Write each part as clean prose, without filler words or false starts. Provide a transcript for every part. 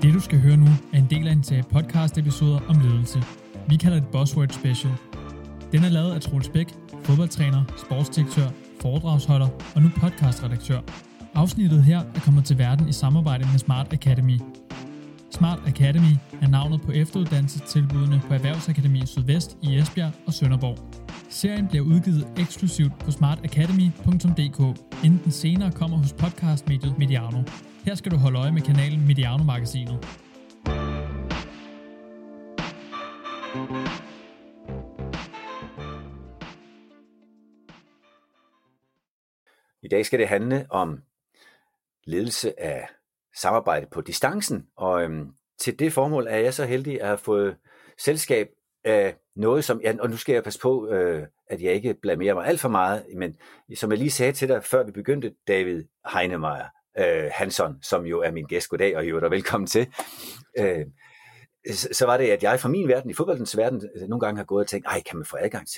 Det du skal høre nu er en del af en serie podcast episoder om ledelse. Vi kalder det Buzzword Special. Den er lavet af Troels Bæk, fodboldtræner, sportsdirektør, foredragsholder og nu podcastredaktør. Afsnittet her er kommet til verden i samarbejde med Smart Academy. Smart Academy er navnet på efteruddannelsestilbudene på Erhvervsakademi Sydvest i Esbjerg og Sønderborg. Serien bliver udgivet eksklusivt på smartacademy.dk, inden den senere kommer hos podcastmediet Mediano. Her skal du holde øje med kanalen Mediano-magasinet. I dag skal det handle om ledelse af samarbejde på distancen, og til det formål er jeg så heldig at have fået selskab af noget, som og nu skal jeg passe på, at jeg ikke blamerer mig alt for meget, men som jeg lige sagde til dig, før vi begyndte, David Heinemeier Hansson, som jo er min gæst. Goddag, og jo, velkommen til. Så var det, at jeg fra min verden, i fodboldens verden, nogle gange har gået og tænkt, kan man få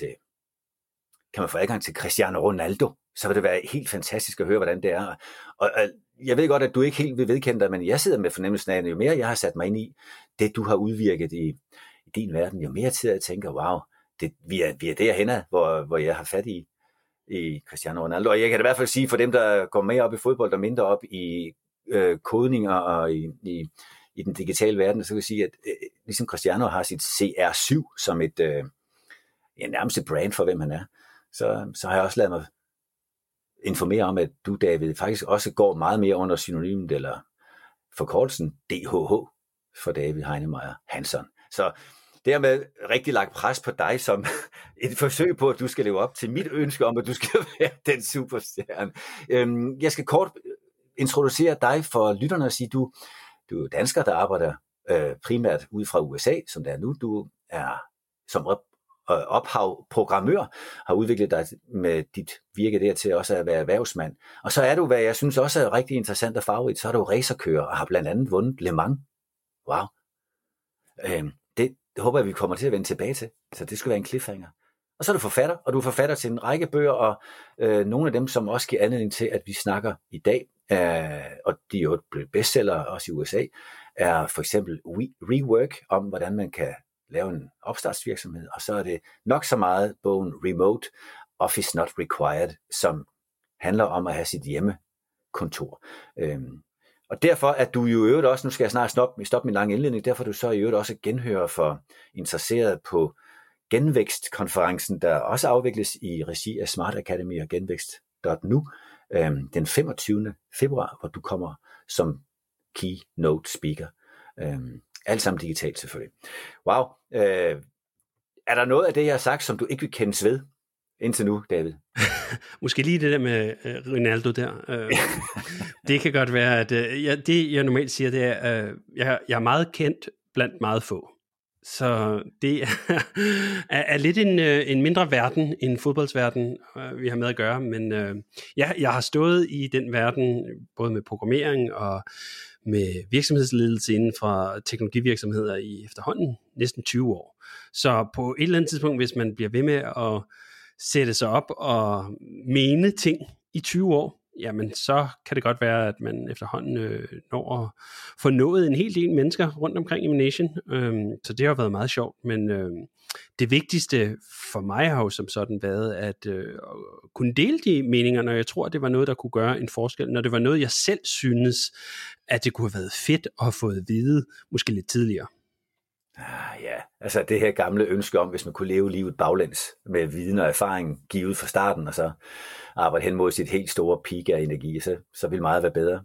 adgang til Cristiano Ronaldo? Så vil det være helt fantastisk at høre, hvordan det er. Og jeg ved godt, at du ikke helt vil vedkende dig, men jeg sidder med fornemmelsen af, at jo mere jeg har sat mig ind i det, du har udvirket i din verden, jo mere tid jeg tænker, wow, vi er derhen, hvor jeg har fat i Cristiano Ronaldo. Og jeg kan da i hvert fald sige, for dem, der går mere op i fodbold og mindre op i kodninger og i den digitale verden, så kan jeg sige, at ligesom Cristiano har sit CR7 som et nærmest et brand for, hvem han er, så har jeg også ladet mig informere om, at du, David, faktisk også går meget mere under synonymet eller forkortelsen DHH for David Heinemeier Hansson. Så dermed rigtig lagt pres på dig som et forsøg på, at du skal leve op til mit ønske om, at du skal være den superstjerne. Jeg skal kort introducere dig for lytterne og sige, du er dansker, der arbejder primært ud fra USA, som det er nu. Du er som ophavprogrammør, har udviklet dig med dit virke der til også at være erhvervsmand. Og så er du, hvad jeg synes også er rigtig interessant og farverigt, så er du racerkører og har blandt andet vundet Le Mans. Wow. Det håber jeg, vi kommer til at vende tilbage til. Så det skal være en cliffhanger. Og så er du forfatter, og du er forfatter til en række bøger, og nogle af dem, som også giver anledning til, at vi snakker i dag, og de er jo blevet bestseller også i USA, er for eksempel Rework, om hvordan man kan lave en opstartsvirksomhed, og så er det nok så meget bogen Remote Office Not Required, som handler om at have sit hjemmekontor. Og derfor er du jo i øvrigt også, nu skal jeg snart stoppe min lange indledning, derfor er du så i øvrigt også genhører for interesseret på Genvækst-konferencen, der også afvikles i regi af Smart Academy og genvækst.nu den 25. februar, hvor du kommer som keynote speaker. Alt sammen digitalt selvfølgelig. Wow. Er der noget af det, jeg har sagt, som du ikke vil kendes ved indtil nu, David? Måske lige det der med Ronaldo der. Det kan godt være, at det jeg normalt siger, det er, jeg er meget kendt blandt meget få. Så det er lidt en mindre verden end fodboldsverden, vi har med at gøre. Men jeg har stået i den verden, både med programmering og med virksomhedsledelse inden for teknologivirksomheder i efterhånden næsten 20 år. Så på et eller andet tidspunkt, hvis man bliver ved med at sætte sig op og mene ting i 20 år, jamen så kan det godt være, at man efterhånden når at få nået en hel del mennesker rundt omkring i Nation. Så det har været meget sjovt, men det vigtigste for mig har jo som sådan været at kunne dele de meninger, når jeg tror, at det var noget, der kunne gøre en forskel, når det var noget, jeg selv synes, at det kunne have været fedt at have fået at vide, måske lidt tidligere. Ja, altså det her gamle ønske om, hvis man kunne leve livet baglæns med viden og erfaring givet fra starten, og så arbejde hen mod sit helt store peak af energi, så vil meget være bedre.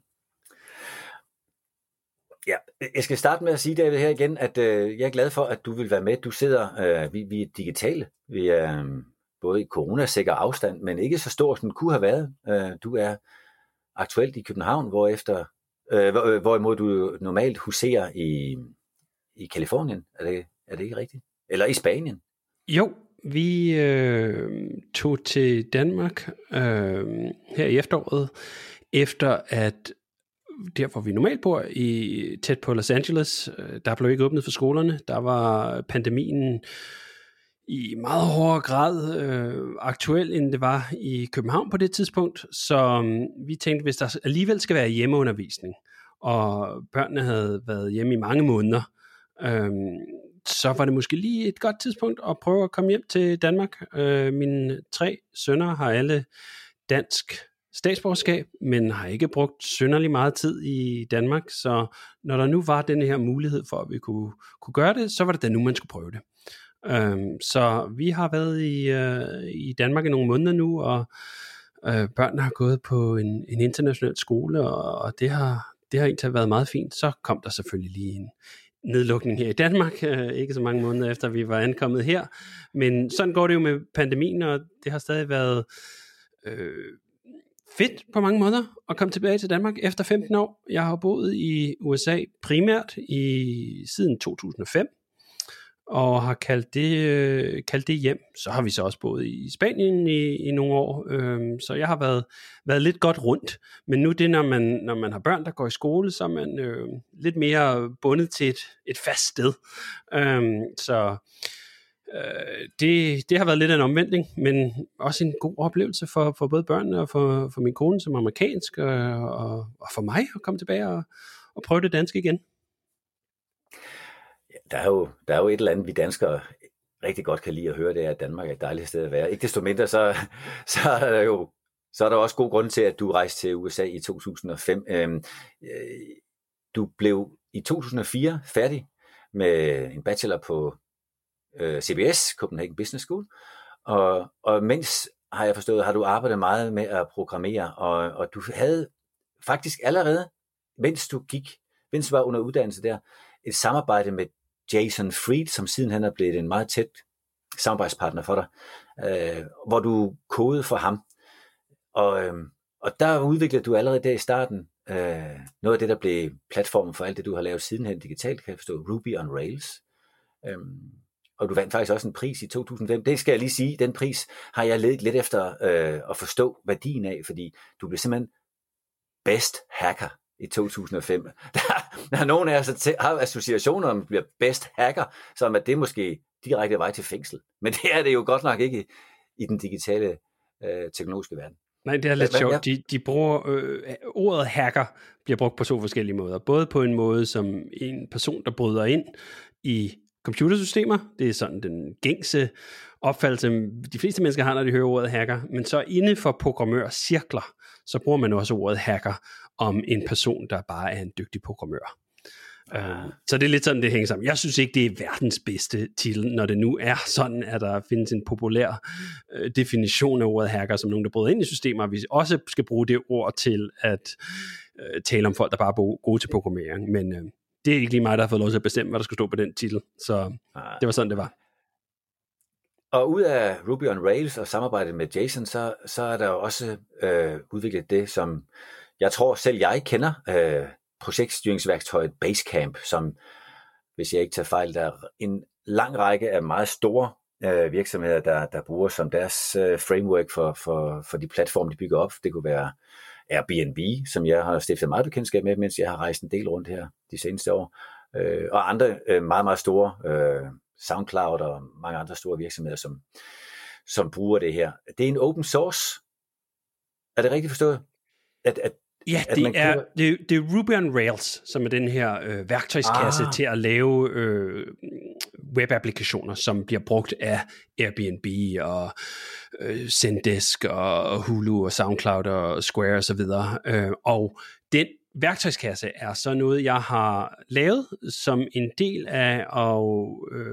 Ja, jeg skal starte med at sige, David, her igen, at jeg er glad for, at du vil være med. Du sidder, vi er digitale, vi er både i coronasikker afstand, men ikke så stor, som den kunne have været. Du er aktuelt i København, hvorimod du normalt huserer i Kalifornien. Er det ikke rigtigt? Eller i Spanien? Jo, vi tog til Danmark her i efteråret, efter at der hvor vi normalt bor, tæt på Los Angeles, der blev ikke åbnet for skolerne. Der var pandemien i meget hårdere grad aktuel, end det var i København på det tidspunkt. Så vi tænkte, hvis der alligevel skal være hjemmeundervisning, og børnene havde været hjemme i mange måneder, så var det måske lige et godt tidspunkt at prøve at komme hjem til Danmark. Mine 3 sønner har alle dansk statsborgerskab, men har ikke brugt synderlig meget tid i Danmark, så når der nu var den her mulighed for, at vi kunne gøre det, så var det da nu, man skulle prøve det. Så vi har været i Danmark i nogle måneder nu, og børnene har gået på en international skole, og det har egentlig været meget fint. Så kom der selvfølgelig lige en nedlukning her i Danmark, ikke så mange måneder efter vi var ankommet her, men sådan går det jo med pandemien, og det har stadig været fedt på mange måder at komme tilbage til Danmark efter 15 år. Jeg har boet i USA primært siden 2005, og har kaldt det hjem. Så har vi så også boet i Spanien i nogle år, så jeg har været lidt godt rundt. Men nu det, når man har børn, der går i skole, så er man lidt mere bundet til et fast sted. Så det har været lidt af en omvending, men også en god oplevelse for både børnene og for min kone som amerikansk, og for mig at komme tilbage og prøve det danske igen. Der er jo et eller andet, vi danskere rigtig godt kan lide at høre, det er, at Danmark er et dejligt sted at være. Ikke desto mindre, så er der også god grund til, at du rejste til USA i 2005. Du blev i 2004 færdig med en bachelor på CBS, Copenhagen Business School, og mens, har jeg forstået, har du arbejdet meget med at programmere, og du havde faktisk allerede, mens du var under uddannelse der, et samarbejde med Jason Fried, som siden han er blevet en meget tæt samarbejdspartner for dig, hvor du kodede for ham. Og der udviklede du allerede der i starten noget af det, der blev platformen for alt det, du har lavet sidenhen digitalt, kan jeg forstå, Ruby on Rails. Og du vandt faktisk også en pris i 2005. Det skal jeg lige sige, den pris har jeg ledt lidt efter at forstå værdien af, fordi du blev simpelthen best hacker i 2005. Der er nogen af os, der har associationer om, at bliver best hacker, som at det måske direkte vej til fængsel. Men det er det jo godt nok ikke i den digitale teknologiske verden. Nej, det er lidt sjovt. De bruger ordet hacker bliver brugt på 2 forskellige måder. Både på en måde som en person, der bryder ind i computersystemer. Det er sådan den gængse opfattelse, de fleste mennesker har, når de hører ordet hacker. Men så inde for programmørcirkler, så bruger man også ordet hacker om en person, der bare er en dygtig programmør. Så det er lidt sådan, det hænger sammen. Jeg synes ikke, det er verdens bedste titel, når det nu er sådan, at der findes en populær definition af ordet hacker, som nogen, der bryder ind i systemer. Vi også skal bruge det ord til at tale om folk, der bare er gode til programmering. Men det er ikke lige mig, der har fået lov til at bestemme, hvad der skal stå på den titel. Så det var sådan, det var. Og ud af Ruby on Rails og samarbejdet med Jason, så er der jo også udviklet det, som jeg tror selv jeg kender, projektstyringsværktøjet Basecamp, som, hvis jeg ikke tager fejl, der er en lang række af meget store virksomheder, der bruger som deres framework for de platforme, de bygger op. Det kunne være Airbnb, som jeg har stiftet meget bekendtskab med, mens jeg har rejst en del rundt her de seneste år, og andre meget, meget store SoundCloud og mange andre store virksomheder, som bruger det her. Det er en open source. Er det rigtigt forstået? Ja, det er Ruby on Rails, som er den her værktøjskasse til at lave webapplikationer, som bliver brugt af Airbnb og Zendesk og Hulu og SoundCloud og Square og så videre. Og den værktøjskasse er så noget, jeg har lavet som en del af at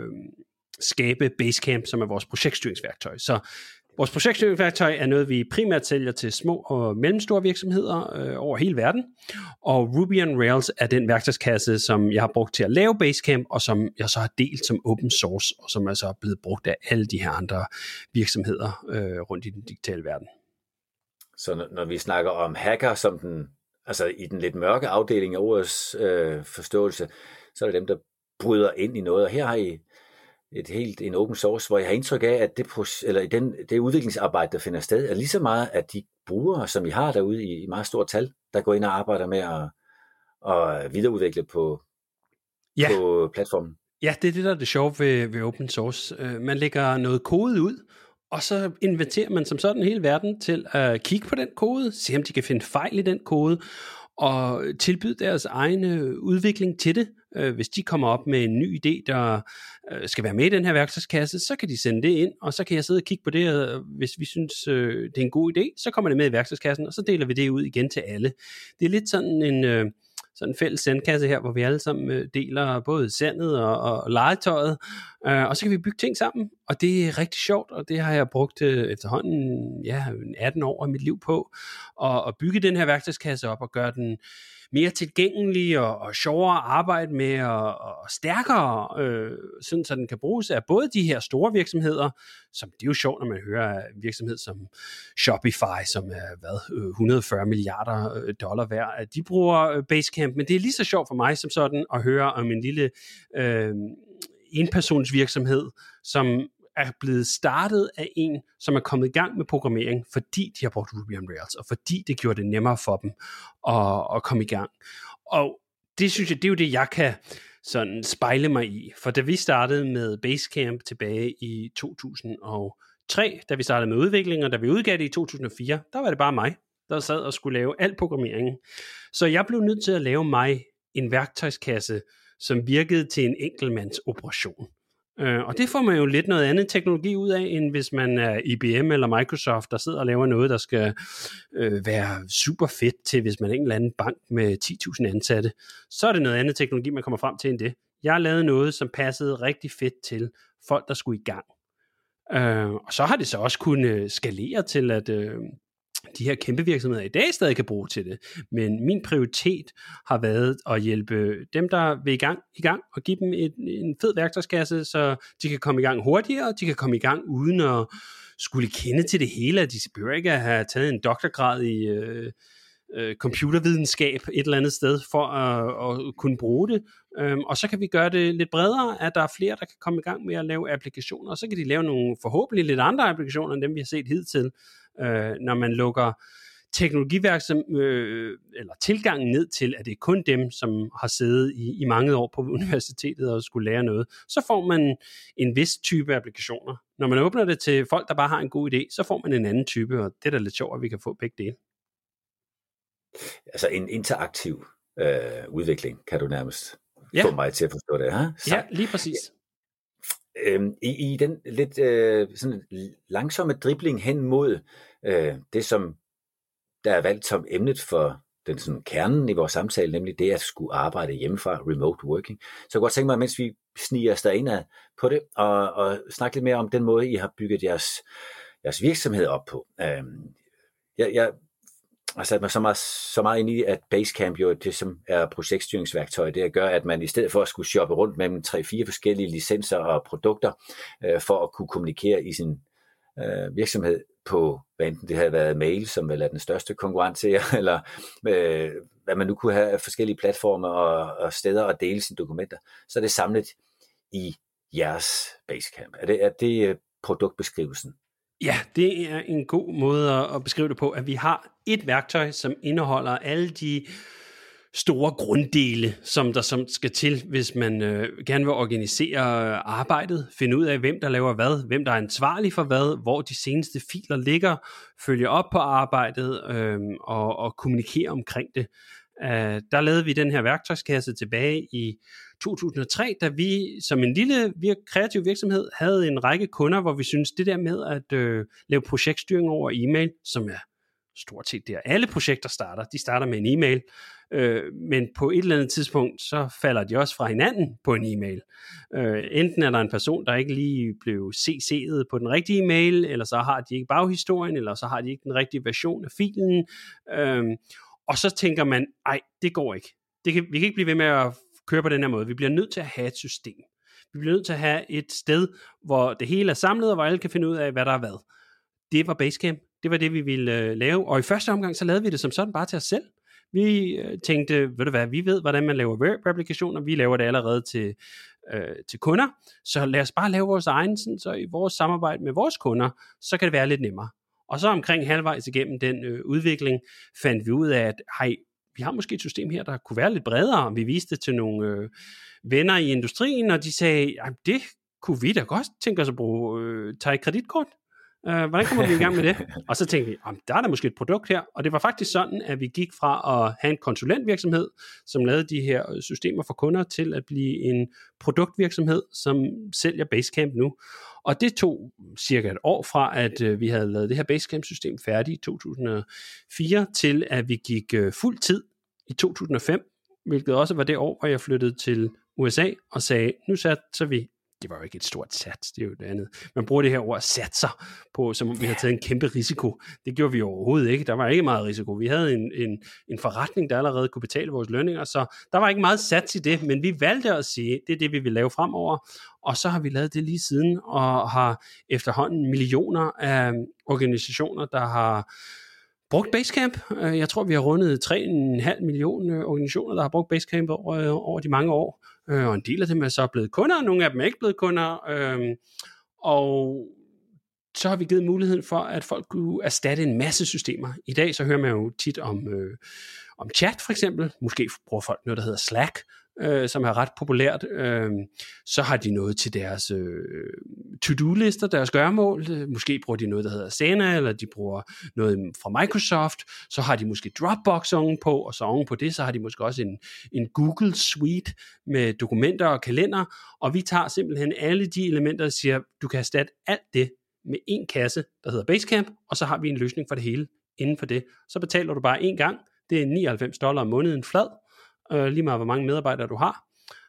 skabe Basecamp, som er vores projektstyringsværktøj. Så vores projektstyringsværktøj er noget, vi primært sælger til små og mellemstore virksomheder over hele verden. Og Ruby on Rails er den værktøjskasse, som jeg har brugt til at lave Basecamp, og som jeg så har delt som open source, og som er så blevet brugt af alle de her andre virksomheder rundt i den digitale verden. Så når vi snakker om hacker som i den lidt mørke afdeling af ordets forståelse, så er det dem, der bryder ind i noget. Og her har I en open source, hvor jeg har indtryk af, at det udviklingsarbejde, der finder sted, er lige så meget, at de brugere, som I har derude i meget stort tal, der går ind og arbejder med at videreudvikle på platformen. Ja, det er det, der er det sjove ved open source. Man lægger noget kode ud, og så inviterer man som sådan hele verden til at kigge på den kode, se om de kan finde fejl i den kode, og tilbyde deres egen udvikling til det. Hvis de kommer op med en ny idé, der skal være med i den her værktøjskasse, så kan de sende det ind, og så kan jeg sidde og kigge på det, og hvis vi synes, det er en god idé, så kommer det med i værktøjskassen, og så deler vi det ud igen til alle. Det er lidt sådan en sådan fælles sandkasse her, hvor vi alle sammen deler både sandet og legetøjet, og så kan vi bygge ting sammen, og det er rigtig sjovt, og det har jeg brugt efterhånden 18 år af mit liv på, at bygge den her værktøjskasse op og gøre den mere tilgængelig og sjovere at arbejde med og stærkere, sådan så den kan bruges af både de her store virksomheder, som det er jo sjovt, når man hører en virksomhed som Shopify, som er 140 milliarder dollar værd, at de bruger Basecamp, men det er lige så sjovt for mig som sådan at høre om en lille enpersons virksomhed, som er blevet startet af en, som er kommet i gang med programmering, fordi de har brugt Ruby on Rails, og fordi det gjorde det nemmere for dem at komme i gang. Og det synes jeg, det er jo det, jeg kan sådan spejle mig i. For da vi startede med Basecamp tilbage i 2003, da vi startede med udvikling, og da vi udgav det i 2004, der var det bare mig, der sad og skulle lave al programmeringen. Så jeg blev nødt til at lave mig en værktøjskasse, som virkede til en enkeltmandsoperation. Og det får man jo lidt noget andet teknologi ud af, end hvis man er IBM eller Microsoft, der sidder og laver noget, der skal være super fedt til, hvis man er en eller anden bank med 10.000 ansatte. Så er det noget andet teknologi, man kommer frem til end det. Jeg lavede noget, som passede rigtig fedt til folk, der skulle i gang. Og så har det så også kunnet skalere til, at de her kæmpe virksomheder i dag stadig kan bruge til det. Men min prioritet har været at hjælpe dem, der vil i gang og give dem en fed værktøjskasse, så de kan komme i gang hurtigere, og de kan komme i gang uden at skulle kende til det hele. De behøver ikke at have taget en doktorgrad i computervidenskab et eller andet sted for at kunne bruge det. Og så kan vi gøre det lidt bredere, at der er flere, der kan komme i gang med at lave applikationer, og så kan de lave nogle forhåbentlig lidt andre applikationer, end dem vi har set hidtil. Når man lukker eller tilgangen ned til, at det er kun dem, som har siddet i mange år på universitetet og skulle lære noget, så får man en vis type applikationer. Når man åbner det til folk, der bare har en god idé, så får man en anden type, og det er da lidt sjovt, at vi kan få begge dele. Altså en interaktiv udvikling, kan du nærmest få mig til at forstå det, ha? Ja, lige præcis. I den lidt sådan langsomme dribling hen mod det, som der er valgt som emnet for den sådan kernen i vores samtale, nemlig det at skulle arbejde hjemmefra, remote working. Så jeg kunne godt tænke mig, mens vi sniger os derind på det, og snakke lidt mere om den måde, I har bygget jeres virksomhed op på. Jeg har sat mig så meget ind i, at Basecamp jo det, som er projektstyringsværktøj, det gør, at man i stedet for at skulle shoppe rundt mellem 3-4 forskellige licenser og produkter, for at kunne kommunikere i sin virksomhed på, hvad enten det havde været mail, som vel er den største konkurrent til jer, eller hvad man nu kunne have af forskellige platformer og steder at dele sine dokumenter, så er det samlet i jeres Basecamp. Er det produktbeskrivelsen? Ja, det er en god måde at beskrive det på, at vi har et værktøj, som indeholder alle de store grunddele, som skal til, hvis man gerne vil organisere arbejdet, finde ud af, hvem der laver hvad, hvem der er ansvarlig for hvad, hvor de seneste filer ligger, følge op på arbejdet og kommunikere omkring det. Der lavede vi den her værktøjskasse tilbage i 2003, da vi som en lille kreativ virksomhed havde en række kunder, hvor vi synes det der med at lave projektstyring over e-mail, som er stort set der alle projekter de starter med en e-mail, men på et eller andet tidspunkt, så falder de også fra hinanden på en e-mail. Enten er der en person, der ikke lige blev CC'et på den rigtige e-mail, eller så har de ikke baghistorien, eller så har de ikke den rigtige version af filen, og så tænker man, ej, det går ikke. Vi kan ikke blive ved med at køre på den her måde. Vi bliver nødt til at have et system. Vi bliver nødt til at have et sted, hvor det hele er samlet, og hvor alle kan finde ud af, hvad der er hvad. Det var Basecamp. Det var det, vi ville lave. Og i første omgang, så lavede vi det som sådan bare til os selv. Vi tænkte, ved du hvad, vi ved, hvordan man laver web-applikationer. Vi laver det allerede til kunder. Så lad os bare lave vores egen, så i vores samarbejde med vores kunder, så kan det være lidt nemmere. Og så omkring halvvejs igennem den udvikling, fandt vi ud af, at vi har måske et system her, der kunne være lidt bredere. Vi viste det til nogle venner i industrien, og de sagde, det kunne vi da godt tænke os at bruge, tage et kreditkort. Hvordan kommer vi i gang med det? Og så tænkte vi, der er der måske et produkt her, og det var faktisk sådan, at vi gik fra at have en konsulentvirksomhed, som lavede de her systemer for kunder, til at blive en produktvirksomhed, som sælger Basecamp nu. Og det tog cirka et år fra, at vi havde lavet det her Basecamp-system færdigt i 2004, til at vi gik fuld tid i 2005, hvilket også var det år, hvor jeg flyttede til USA og sagde, nu satser vi. Det var jo ikke et stort sats, det er jo det andet. Man bruger det her ord satser på, som om vi havde taget en kæmpe risiko. Det gjorde vi overhovedet ikke. Der var ikke meget risiko. Vi havde en forretning, der allerede kunne betale vores lønninger, så der var ikke meget sats i det, men vi valgte at sige, det er det, vi vil lave fremover. Og så har vi lavet det lige siden, og har efterhånden millioner af organisationer, der har brugt Basecamp. Jeg tror, vi har rundet 3,5 millioner organisationer, der har brugt Basecamp over de mange år. Og en del af dem er så blevet kunder, og nogle af dem er ikke blevet kunder. Og så har vi givet muligheden for, at folk kunne erstatte en masse systemer. I dag så hører man jo tit om chat for eksempel. Måske bruger folk noget, der hedder Slack, som er ret populært. Så har de noget til deres to-do-lister, deres gøremål. Måske bruger de noget, der hedder Asana, eller de bruger noget fra Microsoft. Så har de måske Dropbox ovenpå, og så ovenpå det, så har de måske også en Google Suite med dokumenter og kalender. Og vi tager simpelthen alle de elementer og siger, du kan erstatte alt det med en kasse, der hedder Basecamp, og så har vi en løsning for det hele inden for det. Så betaler du bare én gang. Det er $99 om måneden flad. Lige meget hvor mange medarbejdere du har.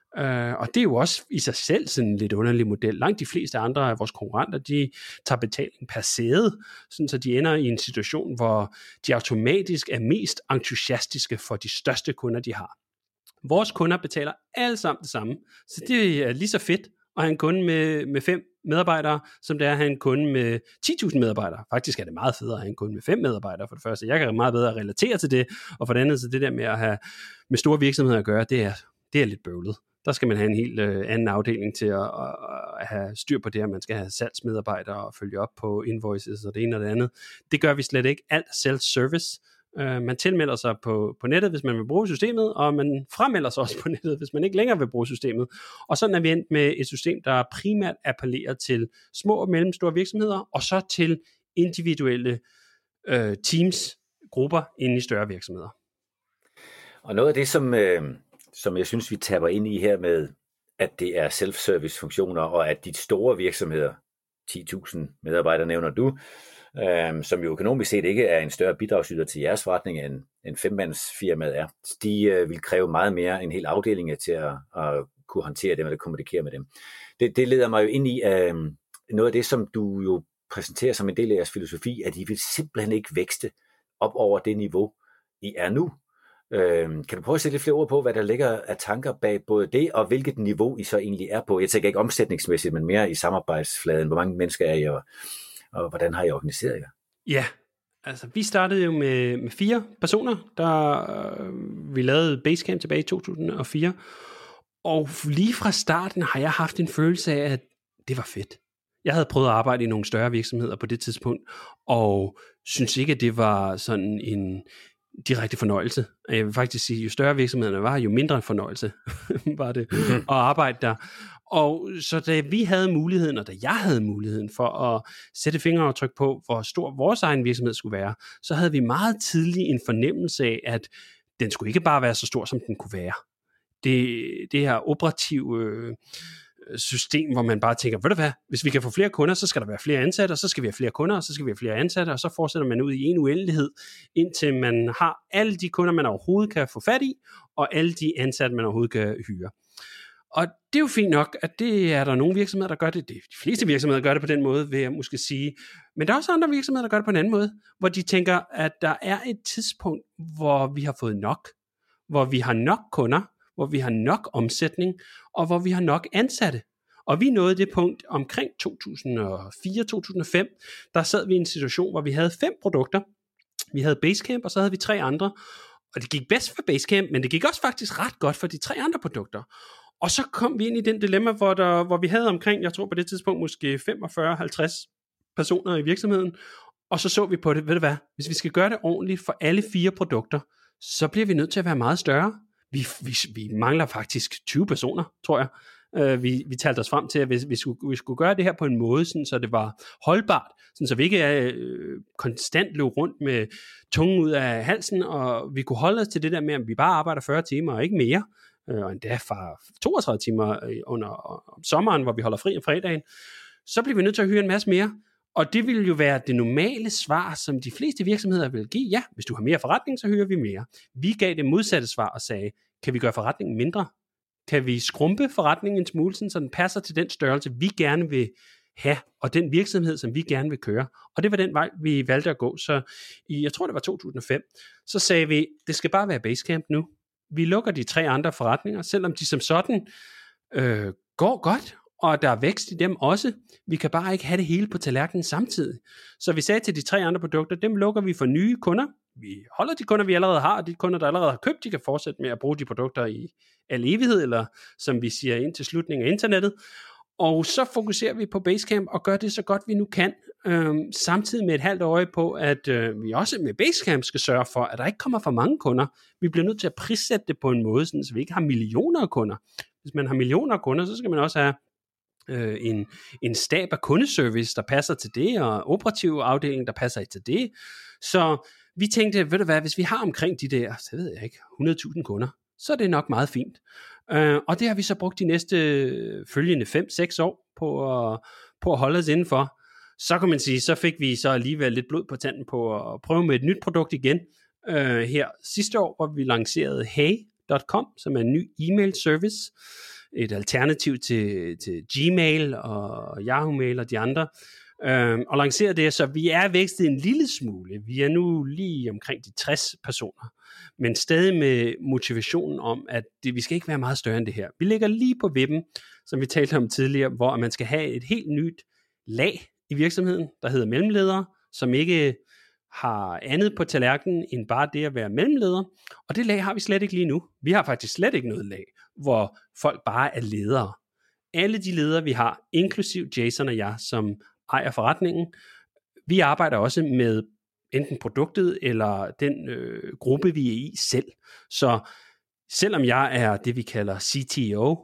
Og det er jo også i sig selv sådan en lidt underlig model. Langt de fleste andre af vores konkurrenter, de tager betaling per sæde, sådan så de ender i en situation, hvor de automatisk er mest entusiastiske for de største kunder, de har. Vores kunder betaler alle sammen det samme, så det er lige så fedt at have en kunde med 5 medarbejdere, som det er at have en kunde med 10.000 medarbejdere. Faktisk er det meget federe at have en kunde med 5 medarbejdere for det første. Jeg kan meget bedre relatere til det, og for det andet, så det der med at have med store virksomheder at gøre, det er lidt bøvlet. Der skal man have en helt anden afdeling til at have styr på det, at man skal have salgsmedarbejdere og følge op på invoices og det ene og det andet. Det gør vi slet ikke. Alt self-service. Man tilmelder sig på nettet, hvis man vil bruge systemet, og man fremelder sig også på nettet, hvis man ikke længere vil bruge systemet. Og sådan er vi endt med et system, der primært appellerer til små og mellemstore virksomheder, og så til individuelle teams, grupper inde i større virksomheder. Og noget af det, som jeg synes, vi tapper ind i her med, at det er self-service funktioner, og at de store virksomheder, 10.000 medarbejdere nævner du, som jo økonomisk set ikke er en større bidragsyder til jeres forretning, end 5-mandsfirmaet er. De vil kræve meget mere en hel afdeling til at kunne håndtere dem, eller kommunikere med dem. Det leder mig jo ind i noget af det, som du jo præsenterer som en del af jeres filosofi, at I vil simpelthen ikke vækste op over det niveau, I er nu. Kan du prøve at sætte lidt flere ord på, hvad der ligger af tanker bag både det, og hvilket niveau I så egentlig er på? Jeg tænker ikke omsætningsmæssigt, men mere i samarbejdsfladen. Hvor mange mennesker er I, og hvordan har I organiseret jer? Ja, altså vi startede jo med 4 personer, vi lavede Basecamp tilbage i 2004, og lige fra starten har jeg haft en følelse af, at det var fedt. Jeg havde prøvet at arbejde i nogle større virksomheder på det tidspunkt, og synes ikke, at det var sådan en direkte fornøjelse. Jeg vil faktisk sige, jo større virksomhederne var, jo mindre fornøjelse var det at arbejde der. Og så da vi havde muligheden, og da jeg havde muligheden for at sætte fingeraftryk på, hvor stor vores egen virksomhed skulle være, så havde vi meget tidligt en fornemmelse af, at den skulle ikke bare være så stor, som den kunne være. Det her operative system, hvor man bare tænker, ved du hvad, hvis vi kan få flere kunder, så skal der være flere ansatte, og så skal vi have flere kunder, og så skal vi have flere ansatte, og så fortsætter man ud i en uendelighed, indtil man har alle de kunder, man overhovedet kan få fat i, og alle de ansatte, man overhovedet kan hyre. Og det er jo fint nok, at det er der nogle virksomheder, der gør det. De fleste virksomheder gør det på den måde, vil jeg måske sige. Men der er også andre virksomheder, der gør det på en anden måde, hvor de tænker, at der er et tidspunkt, hvor vi har fået nok, hvor vi har nok kunder, hvor vi har nok omsætning, og hvor vi har nok ansatte. Og vi nåede det punkt omkring 2004-2005, der sad vi i en situation, hvor vi havde 5 produkter. Vi havde Basecamp, og så havde vi 3 andre. Og det gik bedst for Basecamp, men det gik også faktisk ret godt for de 3 andre produkter. Og så kom vi ind i den dilemma, hvor vi havde omkring, jeg tror på det tidspunkt, måske 45-50 personer i virksomheden. Og så vi på det, ved du hvad, hvis vi skal gøre det ordentligt for alle 4 produkter, så bliver vi nødt til at være meget større. Vi mangler faktisk 20 personer, tror jeg. Vi talte os frem til, at hvis vi skulle gøre det her på en måde, sådan, så det var holdbart, sådan, så vi ikke konstant løb rundt med tungen ud af halsen, og vi kunne holde os til det der med, at vi bare arbejder 40 timer og ikke mere, og endda fra 32 timer om sommeren, hvor vi holder fri om fredagen, så bliver vi nødt til at hyre en masse mere. Og det vil jo være det normale svar, som de fleste virksomheder vil give. Ja, hvis du har mere forretning, så hyrer vi mere. Vi gav det modsatte svar og sagde, kan vi gøre forretningen mindre? Kan vi skrumpe forretningen en smule, så den passer til den størrelse, vi gerne vil have, og den virksomhed, som vi gerne vil køre? Og det var den vej, vi valgte at gå. Så jeg tror, det var 2005, så sagde vi, det skal bare være Basecamp nu. Vi lukker de 3 andre forretninger, selvom de som sådan går godt, og der er vækst i dem også. Vi kan bare ikke have det hele på tallerkenen samtidig. Så vi sagde til de 3 andre produkter, dem lukker vi for nye kunder. Vi holder de kunder, vi allerede har, og de kunder, der allerede har købt, de kan fortsætte med at bruge de produkter i al evighed, eller som vi siger ind til slutningen af internettet. Og så fokuserer vi på Basecamp og gør det så godt vi nu kan, samtidig med et halvt øje på, at vi også med Basecamp skal sørge for, at der ikke kommer for mange kunder. Vi bliver nødt til at prissætte det på en måde, så vi ikke har millioner af kunder. Hvis man har millioner af kunder, så skal man også have en stab af kundeservice, der passer til det, og operativ afdeling, der passer til det. Så vi tænkte, ved du hvad, hvis vi har omkring de der, så ved jeg ikke, 100.000 kunder, så er det nok meget fint. Og det har vi så brugt de næste følgende 5-6 år på at holde os indenfor. Så kan man sige, så fik vi så alligevel lidt blod på tanden på at prøve med et nyt produkt igen her sidste år, hvor vi lancerede Hey.com, som er en ny e-mail service, et alternativ til Gmail og Yahoo Mail og de andre, og lancerede det, så vi er vækstet en lille smule. Vi er nu lige omkring de 60 personer, men stadig med motivationen om, at vi skal ikke være meget større end det her. Vi ligger lige på vippen, som vi talte om tidligere, hvor man skal have et helt nyt lag i virksomheden, der hedder mellemledere, som ikke har andet på tallerkenen end bare det at være mellemleder, og det lag har vi slet ikke lige nu. Vi har faktisk slet ikke noget lag, hvor folk bare er ledere. Alle de ledere, vi har, inklusiv Jason og jeg, som ejer forretningen, vi arbejder også med enten produktet eller den gruppe, vi er i selv. Så selvom jeg er det, vi kalder CTO,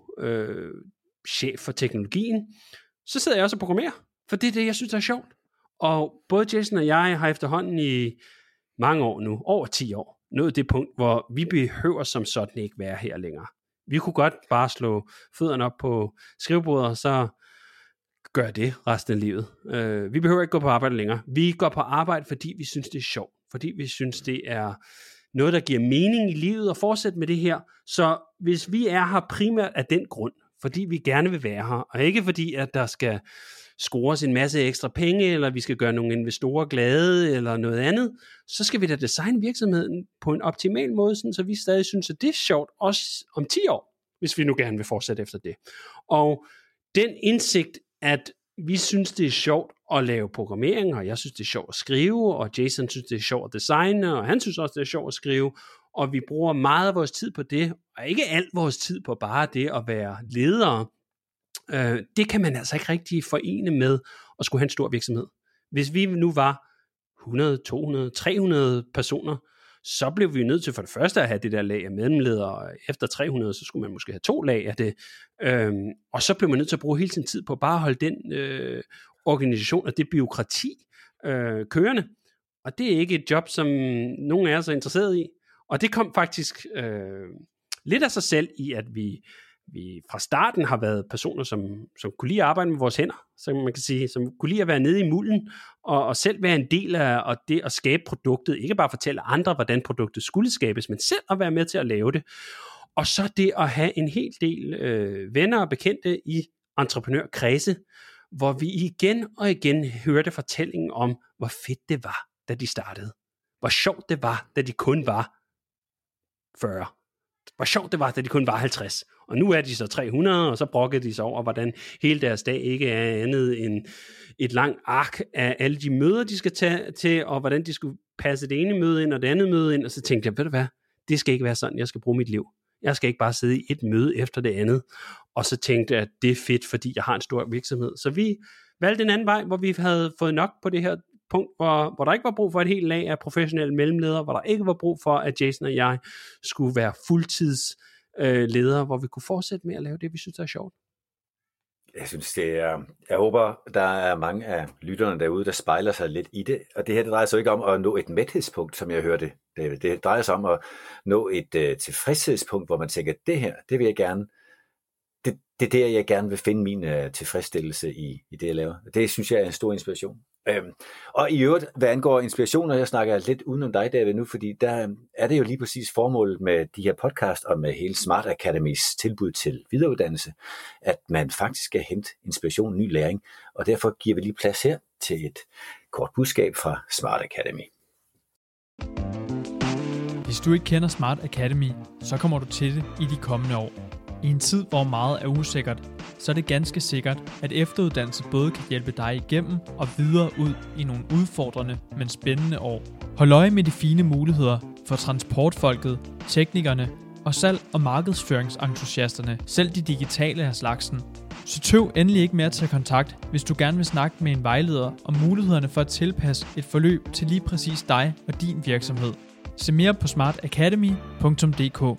chef for teknologien, så sidder jeg også og programmerer, for det er det, jeg synes er sjovt. Og både Jason og jeg har efterhånden i mange år nu, over 10 år, nået det punkt, hvor vi behøver som sådan ikke være her længere. Vi kunne godt bare slå fødderne op på skrivebordet, og så gør det resten af livet. Vi behøver ikke gå på arbejde længere. Vi går på arbejde, fordi vi synes, det er sjovt. Fordi vi synes, det er noget, der giver mening i livet, og fortsætte med det her. Så hvis vi er her primært af den grund, fordi vi gerne vil være her, og ikke fordi, at der skal scores en masse ekstra penge, eller vi skal gøre nogle investorer glade, eller noget andet, så skal vi da designe virksomheden på en optimal måde, så vi stadig synes, at det er sjovt, også om 10 år, hvis vi nu gerne vil fortsætte efter det. Og den indsigt, at vi synes, det er sjovt at lave programmering, og jeg synes, det er sjovt at skrive, og Jason synes, det er sjovt at designe, og han synes også, det er sjovt at skrive, og vi bruger meget af vores tid på det, og ikke alt vores tid på bare det at være ledere. Det kan man altså ikke rigtig forene med at skulle have en stor virksomhed. Hvis vi nu var 100, 200, 300 personer, så blev vi nødt til for det første at have det der lag af mellemledere, og efter 300, så skulle man måske have 2 lag af det, og så blev man nødt til at bruge hele sin tid på bare at holde den organisation og det bureaukrati kørende, og det er ikke et job, som nogen af os er interesseret i, og det kom faktisk lidt af sig selv i, at vi fra starten har været personer, som kunne lide at arbejde med vores hænder, som man kan sige, som kunne lide at være nede i mulden, og selv være en del af det at skabe produktet, ikke bare fortælle andre, hvordan produktet skulle skabes, men selv at være med til at lave det. Og så det at have en hel del venner og bekendte i entreprenørkredse, hvor vi igen og igen hørte fortællingen om, hvor fedt det var, da de startede. Hvor sjovt det var, da de kun var 40. Hvor sjovt det var, da de kun var 50. Og nu er de så 300, og så brokkede de sig over, hvordan hele deres dag ikke er andet end et langt ark af alle de møder, de skal tage til, og hvordan de skulle passe det ene møde ind, og det andet møde ind, og så tænkte jeg, ved du hvad, det skal ikke være sådan, jeg skal bruge mit liv. Jeg skal ikke bare sidde i et møde efter det andet, og så tænkte jeg, at det er fedt, fordi jeg har en stor virksomhed. Så vi valgte en anden vej, hvor vi havde fået nok på det her punkt, hvor der ikke var brug for et helt lag af professionelle mellemledere, hvor der ikke var brug for, at Jason og jeg skulle være fuldtids ledere, hvor vi kunne fortsætte med at lave det, vi synes er sjovt. Jeg synes, jeg håber, der er mange af lytterne derude, der spejler sig lidt i det. Og det her, det drejer sig ikke om at nå et mæthedspunkt, som jeg hørte. Det drejer sig om at nå et tilfredshedspunkt, hvor man tænker, det her, det vil jeg gerne. Det er der, jeg gerne vil finde min tilfredsstillelse i det, jeg laver. Det synes jeg er en stor inspiration. Og i øvrigt, hvad angår inspiration, og jeg snakker lidt udenom dig, David, nu, fordi der er det jo lige præcis formålet med de her podcast og med hele Smart Academys tilbud til videreuddannelse, at man faktisk skal hente inspiration, ny læring, og derfor giver vi lige plads her til et kort budskab fra Smart Academy. Hvis du ikke kender Smart Academy, så kommer du til det i de kommende år. I en tid, hvor meget er usikkert, så er det ganske sikkert, at efteruddannelse både kan hjælpe dig igennem og videre ud i nogle udfordrende, men spændende år. Hold øje med de fine muligheder for transportfolket, teknikerne og salg- og markedsføringsentusiasterne, selv de digitale af slagsen. Så tøv endelig ikke med at tage kontakt, hvis du gerne vil snakke med en vejleder om mulighederne for at tilpasse et forløb til lige præcis dig og din virksomhed. Se mere på smartacademy.dk.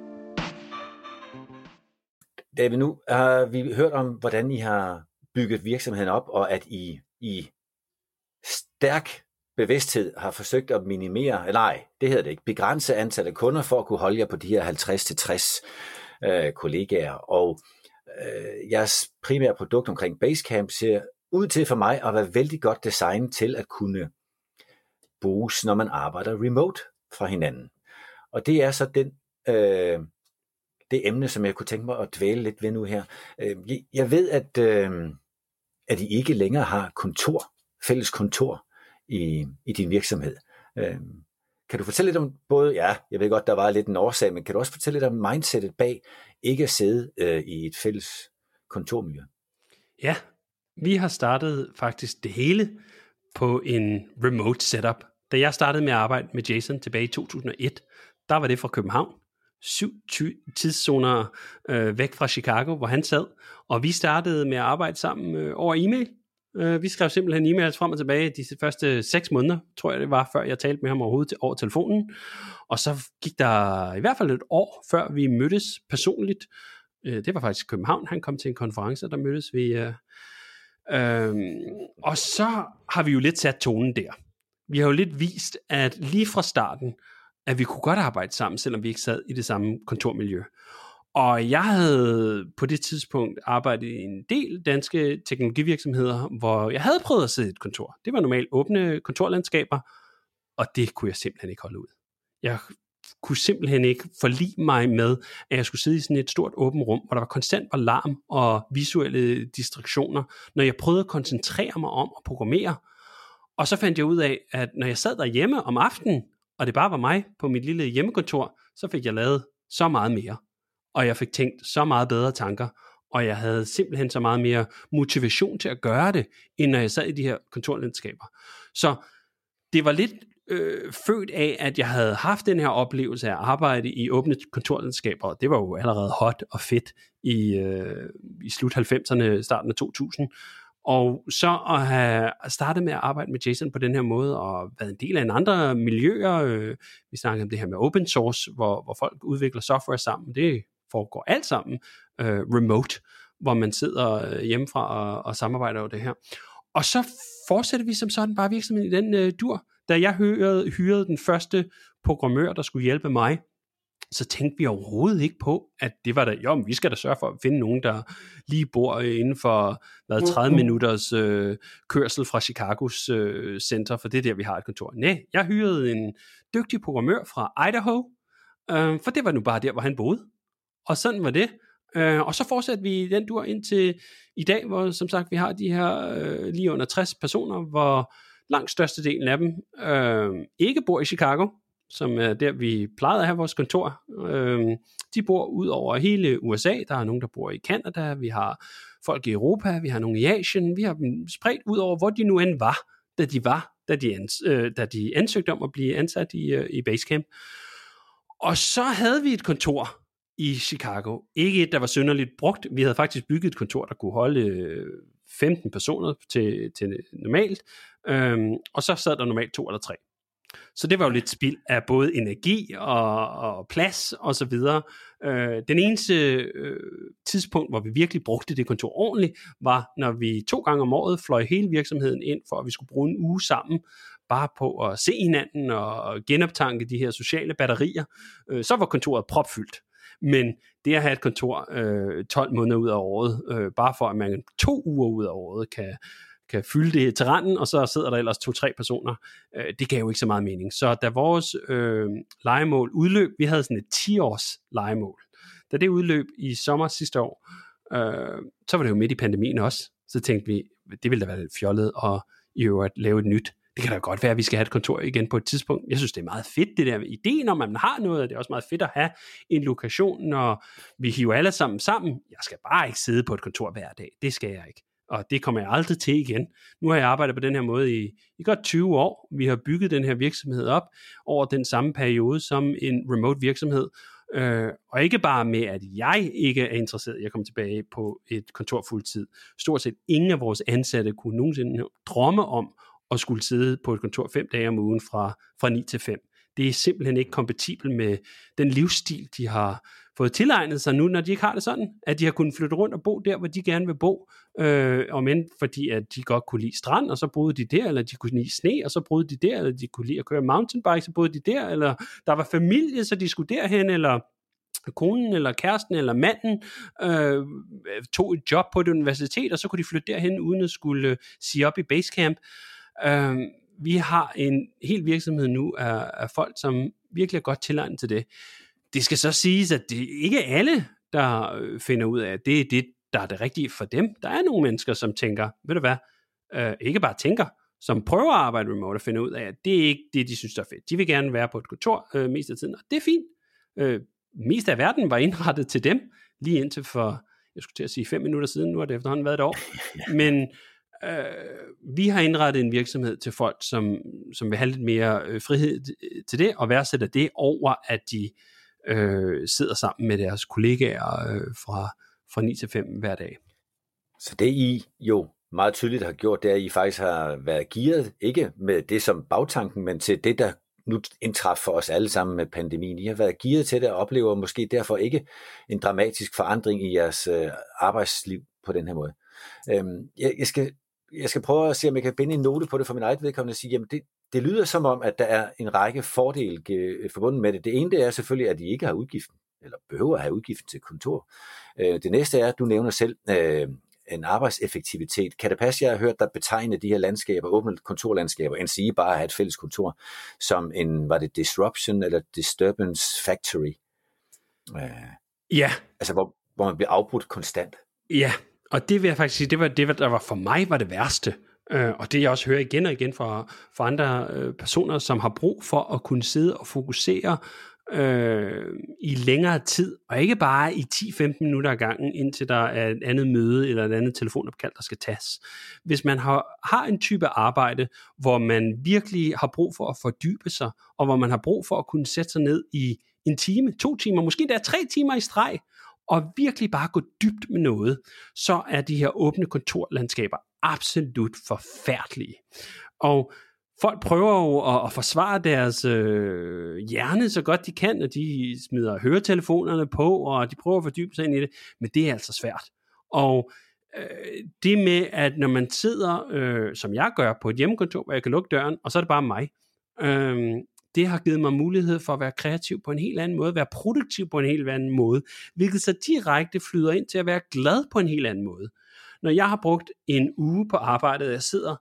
David, nu har vi hørt om, hvordan I har bygget virksomheden op, og at I stærk bevidsthed har forsøgt at begrænse antallet af kunder for at kunne holde jer på de her 50-60 kollegaer. Og jeres primære produkt omkring Basecamp ser ud til for mig at være vældig godt designet til at kunne bruges, når man arbejder remote fra hinanden. Og det er så det emne, som jeg kunne tænke mig at dvæle lidt ved nu her. Jeg ved, at I ikke længere har fælles kontor i din virksomhed. Kan du fortælle lidt om jeg ved godt, der var lidt en årsag, men kan du også fortælle lidt om mindsetet bag ikke at sidde i et fælles kontormiljø? Ja, vi har startet faktisk det hele på en remote setup. Da jeg startede med at arbejde med Jason tilbage i 2001, der var det fra København. 7 tidszoner væk fra Chicago, hvor han sad, og vi startede med at arbejde sammen over e-mail. Vi skrev simpelthen e-mails frem og tilbage de første 6 måneder, tror jeg det var, før jeg talte med ham overhovedet over telefonen, og så gik der i hvert fald et år, før vi mødtes personligt. Det var faktisk i København, han kom til en konference, der mødtes vi, og så har vi jo lidt sat tonen der. Vi har jo lidt vist, at lige fra starten, at vi kunne godt arbejde sammen, selvom vi ikke sad i det samme kontormiljø. Og jeg havde på det tidspunkt arbejdet i en del danske teknologivirksomheder, hvor jeg havde prøvet at sidde i et kontor. Det var normalt åbne kontorlandskaber, og det kunne jeg simpelthen ikke holde ud. Jeg kunne simpelthen ikke forlige mig med, at jeg skulle sidde i sådan et stort åbent rum, hvor der var konstant alarm og visuelle distraktioner, når jeg prøvede at koncentrere mig om at programmere. Og så fandt jeg ud af, at når jeg sad derhjemme om aftenen, og det bare var mig på mit lille hjemmekontor, så fik jeg lavet så meget mere. Og jeg fik tænkt så meget bedre tanker, og jeg havde simpelthen så meget mere motivation til at gøre det, end når jeg sad i de her kontorlandskaber. Så det var lidt født af, at jeg havde haft den her oplevelse af at arbejde i åbne kontorlandskaber, og det var jo allerede hot og fedt i slut 90'erne, starten af 2000. Og så at have startet med at arbejde med Jason på den her måde, og været en del af en andre miljøer, vi snakker om det her med open source, hvor folk udvikler software sammen, det foregår alt sammen remote, hvor man sidder hjemmefra og samarbejder over det her. Og så fortsætter vi som sådan bare virksomheden i den dur. Da jeg hyrede den første programmør, der skulle hjælpe mig, så tænkte vi overhovedet ikke på, at det var der, vi skal da sørge for at finde nogen, der lige bor inden for 30 minutters kørsel fra Chicagos center, for det er der, vi har et kontor. Nej, jeg hyrede en dygtig programmør fra Idaho, for det var nu bare der, hvor han boede. Og sådan var det. Og så fortsatte vi den dur indtil i dag, hvor som sagt vi har de her lige under 60 personer, hvor langt størstedelen af dem ikke bor i Chicago, som er der, vi plejede at have vores kontor. De bor ud over hele USA. Der er nogen, der bor i Canada. Vi har folk i Europa. Vi har nogle i Asien. Vi har dem spredt ud over, hvor de nu end var, da de ansøgte om at blive ansat i Basecamp. Og så havde vi et kontor i Chicago. Ikke et, der var synderligt brugt. Vi havde faktisk bygget et kontor, der kunne holde 15 personer til normalt. Og så sad der normalt 2 eller 3. Så det var jo lidt spild af både energi og plads og så videre. Den eneste tidspunkt, hvor vi virkelig brugte det kontor ordentligt, var, når vi 2 gange om året fløj hele virksomheden ind, for at vi skulle bruge en uge sammen, bare på at se hinanden og genoptanke de her sociale batterier. Så var kontoret propfyldt. Men det at have et kontor 12 måneder ud af året, bare for at man 2 uger ud af året kan fylde det til randen, og så sidder der ellers 2-3 personer, det gav jo ikke så meget mening. Så da vores lejemål udløb, vi havde sådan et 10-års lejemål, da det udløb i sommer sidste år, så var det jo midt i pandemien også, så tænkte vi, det ville da være lidt fjollet at i øvrigt lave et nyt. Det kan da godt være, at vi skal have et kontor igen på et tidspunkt. Jeg synes, det er meget fedt, det der med ideen om, at man har noget, og det er også meget fedt at have en lokation, når vi hiver alle sammen. Jeg skal bare ikke sidde på et kontor hver dag. Det skal jeg ikke. Og det kommer jeg aldrig til igen. Nu har jeg arbejdet på den her måde i godt 20 år. Vi har bygget den her virksomhed op over den samme periode som en remote virksomhed. Og ikke bare med, at jeg ikke er interesseret i at komme tilbage på et kontor fuldtid. Stort set ingen af vores ansatte kunne nogensinde drømme om at skulle sidde på et kontor 5 dage om ugen fra 9 til 5. Det er simpelthen ikke kompatibelt med den livsstil, de har fået tilegnet sig nu, når de ikke har det sådan, at de har kunnet flytte rundt og bo der, hvor de gerne vil bo, men fordi at de godt kunne lide strand, og så boede de der, eller de kunne lide sne, og så boede de der, eller de kunne lide at køre mountainbike, så boede de der, eller der var familie, så de skulle derhen, eller konen, eller kæresten, eller manden tog et job på et universitet, og så kunne de flytte derhen, uden at skulle sige op i basecamp. Vi har en hel virksomhed nu af folk, som virkelig er godt tilegnet til det. Det skal så siges, at det ikke er alle, der finder ud af, at det er det, der er det rigtige for dem. Der er nogle mennesker, som tænker, ved du hvad, ikke bare tænker, som prøver at arbejde remote og finder ud af, at det er ikke det, de synes er fedt. De vil gerne være på et kontor mest af tiden, og det er fint. Mest af verden var indrettet til dem, lige indtil for, jeg skulle til at sige 5 minutter siden, nu har det efterhånden været et år. Men vi har indrettet en virksomhed til folk, som vil have lidt mere frihed til det, og værdsætter det over, at de sidder sammen med deres kollegaer fra 9 til 5 hver dag. Så det I jo meget tydeligt har gjort, det er, at I faktisk har været gearet, ikke med det som bagtanken, men til det, der nu indtraf for os alle sammen med pandemien. I har været gearet til det og oplever måske derfor ikke en dramatisk forandring i jeres arbejdsliv på den her måde. Jeg skal prøve at se, om jeg kan binde en note på det for min eget vedkommende og sige, jamen det lyder som om, at der er en række fordele forbundet med det. Det ene det er selvfølgelig, at I ikke har udgiften, eller behøver at have udgiften til kontor. Det næste er, at du nævner selv en arbejdseffektivitet. Kan det passe, jeg har hørt dig betegne de her landskaber, åbne kontorlandskaber, end sige bare at have et fælles kontor, som var det disruption eller disturbance factory? Ja. Altså, hvor man bliver afbrudt konstant. Ja, og det vil jeg faktisk sige, det var det, der var for mig var det værste. Og det jeg også hører igen og igen fra andre personer, som har brug for at kunne sidde og fokusere i længere tid, og ikke bare i 10-15 minutter ad gangen, indtil der er et andet møde eller et andet telefonopkald, der skal tages. Hvis man har en type arbejde, hvor man virkelig har brug for at fordybe sig, og hvor man har brug for at kunne sætte sig ned i 1 time, 2 timer, måske endda 3 timer i streg, og virkelig bare gå dybt med noget, så er de her åbne kontorlandskaber absolut forfærdelige. Og folk prøver jo at forsvare deres hjerne så godt de kan, og de smider høretelefonerne på, og de prøver at fordybe sig ind i det, men det er altså svært. Og det med, at når man sidder, som jeg gør, på et hjemmekontor, hvor jeg kan lukke døren, og så er det bare mig, det har givet mig mulighed for at være kreativ på en helt anden måde, være produktiv på en helt anden måde, hvilket så direkte flyder ind til at være glad på en helt anden måde. Når jeg har brugt en uge på arbejdet, og jeg sidder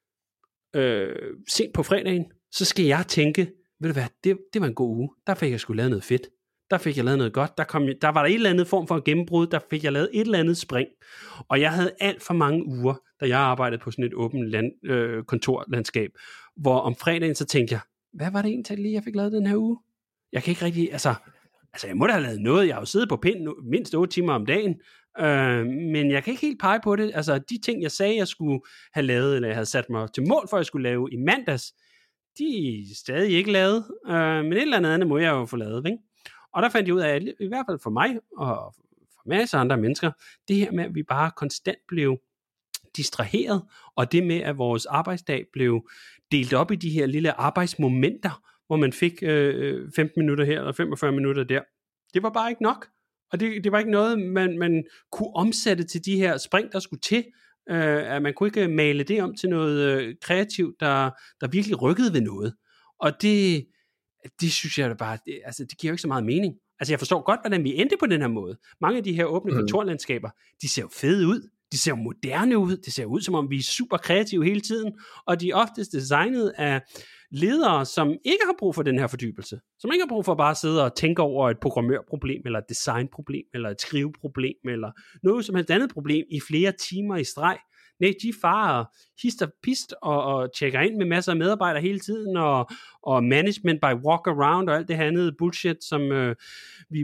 sent på fredagen, så skal jeg tænke, ved du hvad, det var en god uge, der fik jeg sgu lavet noget fedt, der fik jeg lavet noget godt, der var der et eller andet form for gennembrud, der fik jeg lavet et eller andet spring, og jeg havde alt for mange uger, da jeg arbejdede på sådan et åbent kontorlandskab, hvor om fredagen så tænkte jeg, hvad var det egentlig lige, jeg fik lavet den her uge? Jeg kan ikke rigtig, altså jeg må da have lavet noget, jeg har jo siddet på pinden mindst 8 timer om dagen, men jeg kan ikke helt pege på det. Altså de ting jeg sagde jeg skulle have lavet, eller jeg havde sat mig til mål for at jeg skulle lave i mandags, de er stadig ikke lavet, men et eller andet må jeg jo få lavet, ikke? Og der fandt jeg ud af, at i hvert fald for mig og for masser af andre mennesker, det her med at vi bare konstant blev distraheret, og det med at vores arbejdsdag blev delt op i de her lille arbejdsmomenter, hvor man fik 15 minutter her eller 45 minutter der, det var bare ikke nok. og det var ikke noget, man kunne omsætte til de her spring, der skulle til. At man kunne ikke male det om til noget kreativt, der virkelig rykkede ved noget. Og det synes jeg da bare, det giver jo ikke så meget mening. Altså jeg forstår godt, hvordan vi endte på den her måde. Mange af de her åbne kontorlandskaber, de ser jo fede ud. De ser jo moderne ud. Det ser ud, som om vi er super kreative hele tiden. Og de er oftest designet af ledere, som ikke har brug for den her fordybelse. Som ikke har brug for bare at sidde og tænke over et programmørproblem, eller et designproblem, eller et skriveproblem, eller noget som helst andet problem i flere timer i streg. Nej, de farer hist og pist og tjekker ind med masser af medarbejdere hele tiden, og management by walk around og alt det andet bullshit, som vi er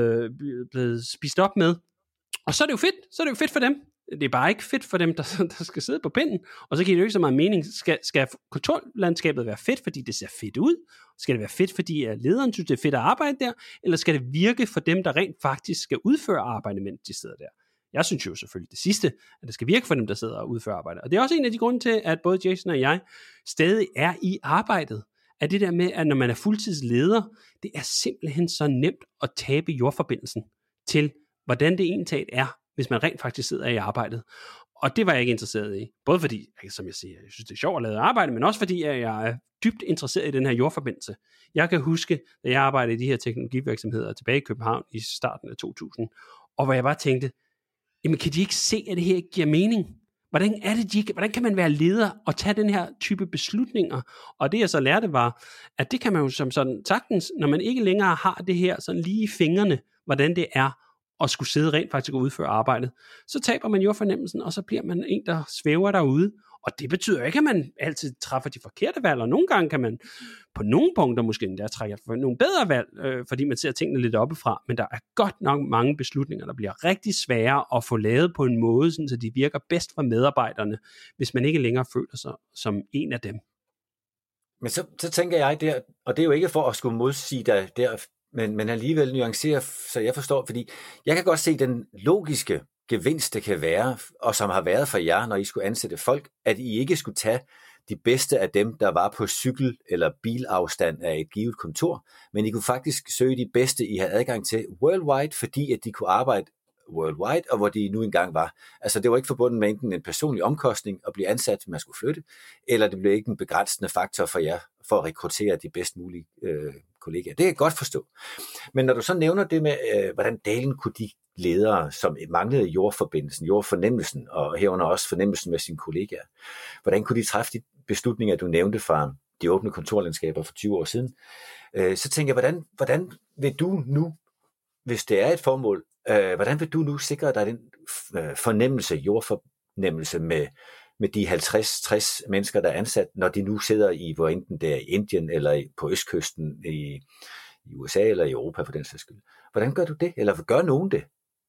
blevet spist op med. Og så er det jo fedt for dem. Det er bare ikke fedt for dem, der skal sidde på pinden, og så giver det jo ikke så meget mening. Skal kontorlandskabet være fedt, fordi det ser fedt ud? Skal det være fedt, fordi lederen synes, det er fedt at arbejde der? Eller skal det virke for dem, der rent faktisk skal udføre arbejde, mens de sidder der? Jeg synes jo selvfølgelig det sidste, at det skal virke for dem, der sidder og udfører arbejde. Og det er også en af de grunde til, at både Jason og jeg stadig er i arbejdet. At det der med, at når man er fuldtidsleder, det er simpelthen så nemt at tabe jordforbindelsen til, hvordan det egentlig er, hvis man rent faktisk sidder i arbejdet. Og det var jeg ikke interesseret i. Både fordi, som jeg siger, jeg synes det er sjovt at lave arbejde, men også fordi, at jeg er dybt interesseret i den her jordforbindelse. Jeg kan huske, da jeg arbejdede i de her teknologivirksomheder tilbage i København i starten af 2000, og hvor jeg bare tænkte, jamen kan de ikke se, at det her ikke giver mening? Hvordan kan man være leder og tage den her type beslutninger? Og det jeg så lærte var, at det kan man jo som sådan sagtens, når man ikke længere har det her sådan lige i fingrene, hvordan det er at skulle sidde rent faktisk og udføre arbejdet, så taber man jordfornemmelsen, og så bliver man en, der svæver derude. Og det betyder ikke, at man altid træffer de forkerte valg, og nogle gange kan man på nogle punkter måske endda trække nogle bedre valg, fordi man ser tingene lidt oppefra, men der er godt nok mange beslutninger, der bliver rigtig svære at få lavet på en måde, så de virker bedst for medarbejderne, hvis man ikke længere føler sig som en af dem. Men så tænker jeg der, og det er jo ikke for at skulle modsige dig der, men alligevel nuancere, så jeg forstår, fordi jeg kan godt se den logiske gevinst, det kan være, og som har været for jer, når I skulle ansætte folk, at I ikke skulle tage de bedste af dem, der var på cykel- eller bilafstand af et givet kontor, men I kunne faktisk søge de bedste, I havde adgang til worldwide, fordi at de kunne arbejde worldwide, og hvor de nu engang var. Altså det var ikke forbundet med enten en personlig omkostning at blive ansat, man skulle flytte, eller det blev ikke en begrænsende faktor for jer, for at rekruttere de bedst mulige kollegaer. Det kan jeg godt forstå. Men når du så nævner det med, hvordan dalen kunne de ledere, som manglede jordfornemmelsen, og herunder også fornemmelsen med sine kollegaer, hvordan kunne de træffe de beslutninger, du nævnte fra de åbne kontorlandskaber for 20 år siden? Så tænker jeg, hvordan vil du nu, hvis det er et formål, hvordan vil du nu sikre dig den jordfornemmelse med de 50-60 mennesker, der er ansat, når de nu sidder i, hvor enten det er i Indien, eller på østkysten i USA, eller i Europa for den sags skyld. Hvordan gør du det? Eller gør nogen det?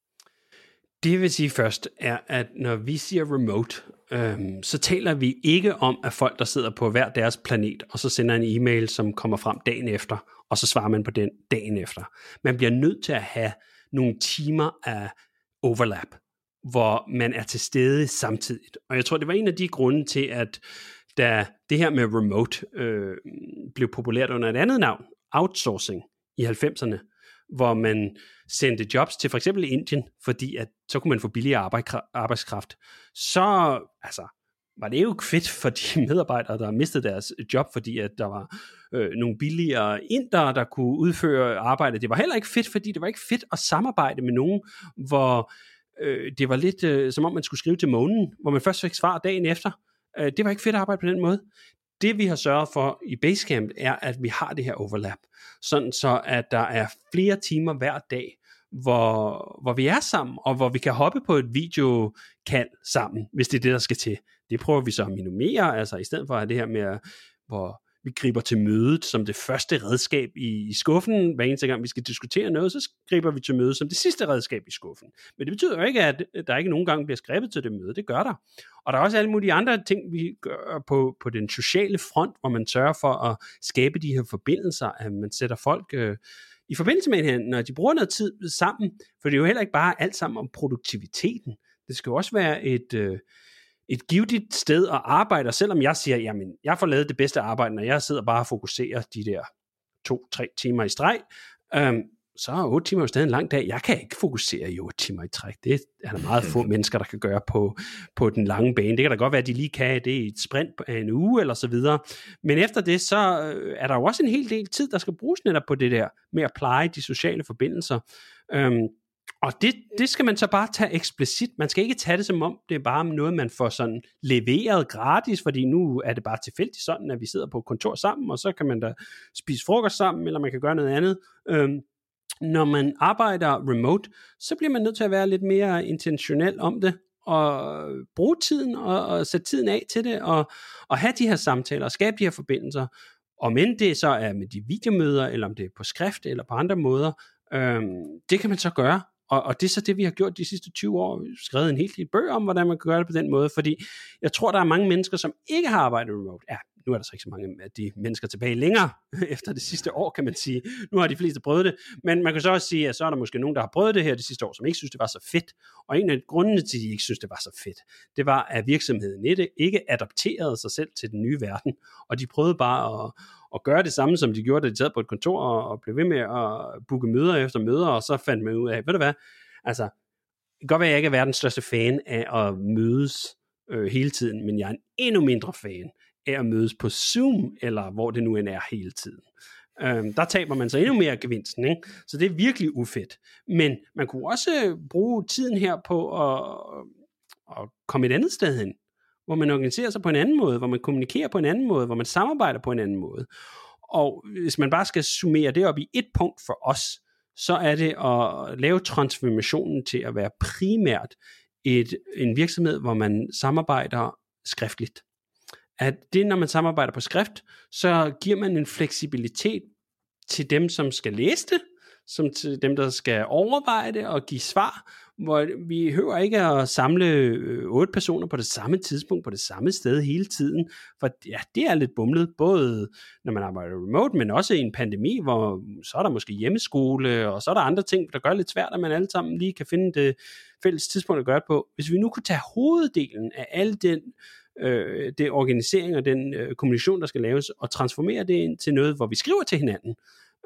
Det vil sige først, er, at når vi siger remote, så taler vi ikke om, at folk, der sidder på hver deres planet, og så sender en e-mail, som kommer frem dagen efter, og så svarer man på den dagen efter. Man bliver nødt til at have nogle timer af overlap, hvor man er til stede samtidigt. Og jeg tror, det var en af de grunde til, at da det her med remote blev populært under et andet navn, outsourcing i 90'erne, hvor man sendte jobs til for eksempel Indien, fordi at så kunne man få billigere arbejdskraft, så var det jo ikke fedt for de medarbejdere, der mistede deres job, fordi at der var nogle billigere indere, der kunne udføre arbejde. Det var heller ikke fedt, fordi det var ikke fedt at samarbejde med nogen, hvor det var lidt som om man skulle skrive til månen, hvor man først fik svar dagen efter. Det var ikke fedt at arbejde på den måde. Det vi har sørget for i Basecamp er, at vi har det her overlap, sådan så at der er flere timer hver dag, hvor vi er sammen, og hvor vi kan hoppe på et videokald sammen, hvis det er det, der skal til. Det prøver vi så at minimere, altså i stedet for at have det her med, hvor vi griber til mødet som det første redskab i skuffen. Hver eneste gang vi skal diskutere noget, så griber vi til mødet som det sidste redskab i skuffen. Men det betyder jo ikke, at der ikke nogen gange bliver skrevet til det møde. Det gør der. Og der er også alle mulige andre ting, vi gør på den sociale front, hvor man sørger for at skabe de her forbindelser, at man sætter folk i forbindelse med hinanden, når de bruger noget tid sammen. For det er jo heller ikke bare alt sammen om produktiviteten. Det skal jo også være et givet sted at arbejde, og selvom jeg siger, jamen, jeg får lavet det bedste arbejde, når jeg sidder bare og fokuserer de der 2-3 timer i streg, så er 8 timer jo stadig en lang dag. Jeg kan ikke fokusere i 8 timer i træk. Det er der meget få mennesker, der kan gøre på den lange bane. Det kan da godt være, at de lige kan det i et sprint af en uge eller så videre. Men efter det, så er der jo også en hel del tid, der skal bruges netop på det der med at pleje de sociale forbindelser. Og det skal man så bare tage eksplicit. Man skal ikke tage det som om, det er bare noget, man får sådan leveret gratis, fordi nu er det bare tilfældigt sådan, at vi sidder på kontor sammen, og så kan man da spise frokost sammen, eller man kan gøre noget andet. Når man arbejder remote, så bliver man nødt til at være lidt mere intentionel om det, og bruge tiden, og sætte tiden af til det, og have de her samtaler, og skabe de her forbindelser. Om end det så er med de videomøder, eller om det er på skrift, eller på andre måder, det kan man så gøre. Og det er så det, vi har gjort de sidste 20 år. Vi har skrevet en helt lille bøg om, hvordan man kan gøre det på den måde, fordi jeg tror, der er mange mennesker, som ikke har arbejdet remote. Ja, nu er der så ikke så mange af de mennesker tilbage længere, efter det sidste år, kan man sige. Nu har de fleste prøvet det, men man kan så også sige, at så er der måske nogen, der har prøvet det her det sidste år, som ikke synes, det var så fedt. Og en af grundene til, at de ikke synes, det var så fedt, det var, at virksomheden ikke adapterede sig selv til den nye verden, og de prøvede bare at gøre det samme, som de gjorde, da de sad på et kontor og blev ved med at booke møder efter møder, og så fandt man ud af, ved du hvad, altså, det kan godt være, at jeg ikke er verdens største fan af at mødes hele tiden, men jeg er en endnu mindre fan af at mødes på Zoom, eller hvor det nu end er hele tiden. Der taber man så endnu mere gevinsten, ikke? Så det er virkelig ufedt. Men man kunne også bruge tiden her på at komme et andet sted hen, hvor man organiserer sig på en anden måde, hvor man kommunikerer på en anden måde, hvor man samarbejder på en anden måde. Og hvis man bare skal summere det op i et punkt for os, så er det at lave transformationen til at være primært en virksomhed, hvor man samarbejder skriftligt. At det, når man samarbejder på skrift, så giver man en fleksibilitet til dem, som skal læse det, som til dem, der skal overveje det og give svar, hvor vi hører ikke at samle 8 personer på det samme tidspunkt, på det samme sted hele tiden, for ja, det er lidt bumlet, både når man arbejder remote, men også i en pandemi, hvor så er der måske hjemmeskole, og så er der andre ting, der gør det lidt svært, at man alle sammen lige kan finde det fælles tidspunkt at gøre det på. Hvis vi nu kunne tage hoveddelen af al den det organisering og den kommunikation, der skal laves, og transformere det ind til noget, hvor vi skriver til hinanden,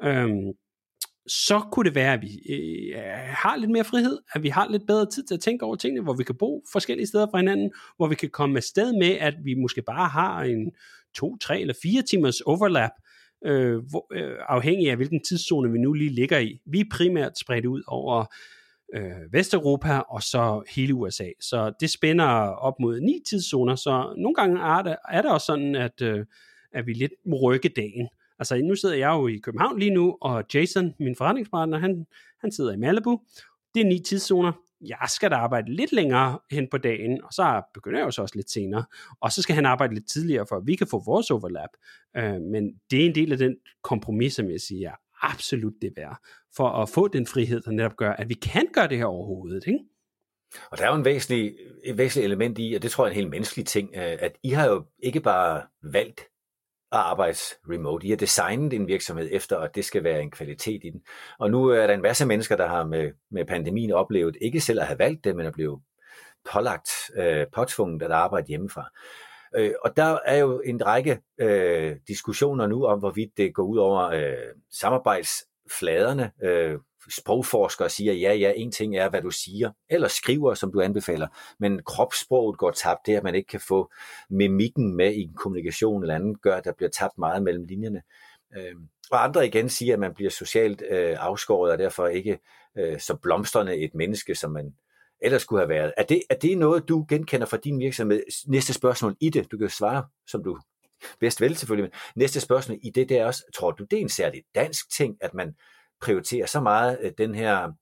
så kunne det være, at vi har lidt mere frihed, at vi har lidt bedre tid til at tænke over tingene, hvor vi kan bo forskellige steder fra hinanden, hvor vi kan komme afsted med, at vi måske bare har en 2, 3 eller 4 timers overlap, afhængig af hvilken tidszone vi nu lige ligger i. Vi er primært spredt ud over Vesteuropa og så hele USA. Så det spænder op mod 9 tidszoner, så nogle gange er det også sådan, at vi lidt må rykke dagen. Altså nu sidder jeg jo i København lige nu, og Jason, min forretningspartner, han sidder i Malibu. Det er 9 tidszoner. Jeg skal da arbejde lidt længere hen på dagen, og så begynder jeg jo så også lidt senere. Og så skal han arbejde lidt tidligere, for at vi kan få vores overlap. Men det er en del af den kompromis, som jeg siger, absolut det værd, for at få den frihed, der netop gør, at vi kan gøre det her overhovedet, ikke? Og der er jo et væsentligt element i, og det tror jeg er en helt menneskelig ting, at I har jo ikke bare valgt at arbejde remote. I har designet en virksomhed efter, at det skal være en kvalitet i den. Og nu er der en masse mennesker, der har med pandemien oplevet, ikke selv at have valgt det, men at blive påtvunget at arbejde hjemmefra. Og der er jo en række diskussioner nu om, hvorvidt det går ud over samarbejdsfladerne. Sprogforskere siger, ja, en ting er, hvad du siger, eller skriver, som du anbefaler, men kropssproget går tabt, det at man ikke kan få mimikken med i en kommunikation eller andet, gør, at der bliver tabt meget mellem linjerne. Og andre igen siger, at man bliver socialt afskåret, og derfor ikke så blomstrende et menneske, som man ellers skulle have været. Er det noget, du genkender fra din virksomhed? Næste spørgsmål i det, du kan svare, som du bedst vil selvfølgelig, men næste spørgsmål i det, det er også, tror du, det er en særlig dansk ting, at man prioriterer så meget den her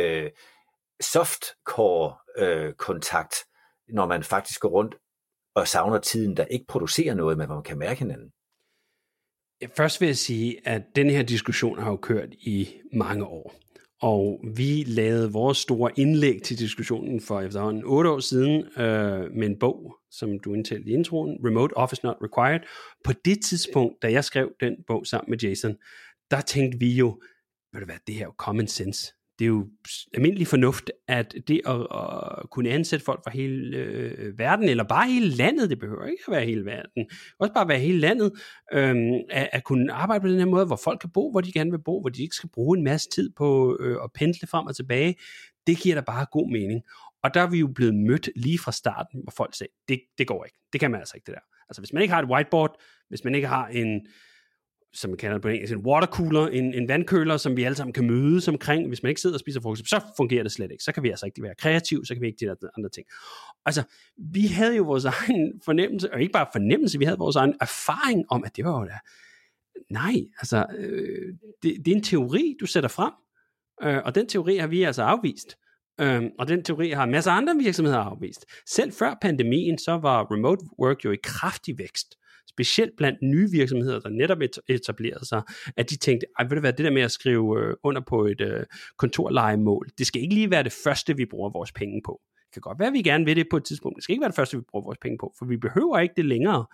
softcore kontakt, når man faktisk går rundt og savner tiden, der ikke producerer noget, men hvor man kan mærke hinanden? Først vil jeg sige, at den her diskussion har jo kørt i mange år. Og vi lavede vores store indlæg til diskussionen for efterhånden 8 år siden med en bog, som du indtalte i introen, Remote Office Not Required. På det tidspunkt, da jeg skrev den bog sammen med Jason, der tænkte vi jo, ved du hvad, det her er jo common sense. det er jo almindelig fornuft, at det at kunne ansætte folk fra hele verden, eller bare hele landet, det behøver ikke at være hele verden, også bare være hele landet, at kunne arbejde på den her måde, hvor folk kan bo, hvor de gerne vil bo, hvor de ikke skal bruge en masse tid på at pendle frem og tilbage, det giver da bare god mening. Og der er vi jo blevet mødt lige fra starten, hvor folk sagde, det går ikke, det kan man altså ikke det der. Altså hvis man ikke har et whiteboard, hvis man ikke har en, som man kalder det på engelsk, en watercooler, en vandkøler, som vi alle sammen kan mødes omkring, hvis man ikke sidder og spiser frokost, så fungerer det slet ikke. Så kan vi altså ikke være kreative, så kan vi ikke de der andre ting. Altså, vi havde jo vores egen fornemmelse, og ikke bare fornemmelse, vi havde vores egen erfaring om, at det var jo da, nej, altså, det er en teori, du sætter frem, og den teori har vi altså afvist. Og den teori har masser af andre virksomheder afvist. Selv før pandemien, så var remote work jo i kraftig vækst. Specielt blandt nye virksomheder, der netop etablerede sig, at de tænkte, ved du hvad, det der med at skrive under på et kontorlejemål, det skal ikke lige være det første, vi bruger vores penge på. Det kan godt være, at vi gerne vil det på et tidspunkt. Det skal ikke være det første, vi bruger vores penge på, for vi behøver ikke det længere.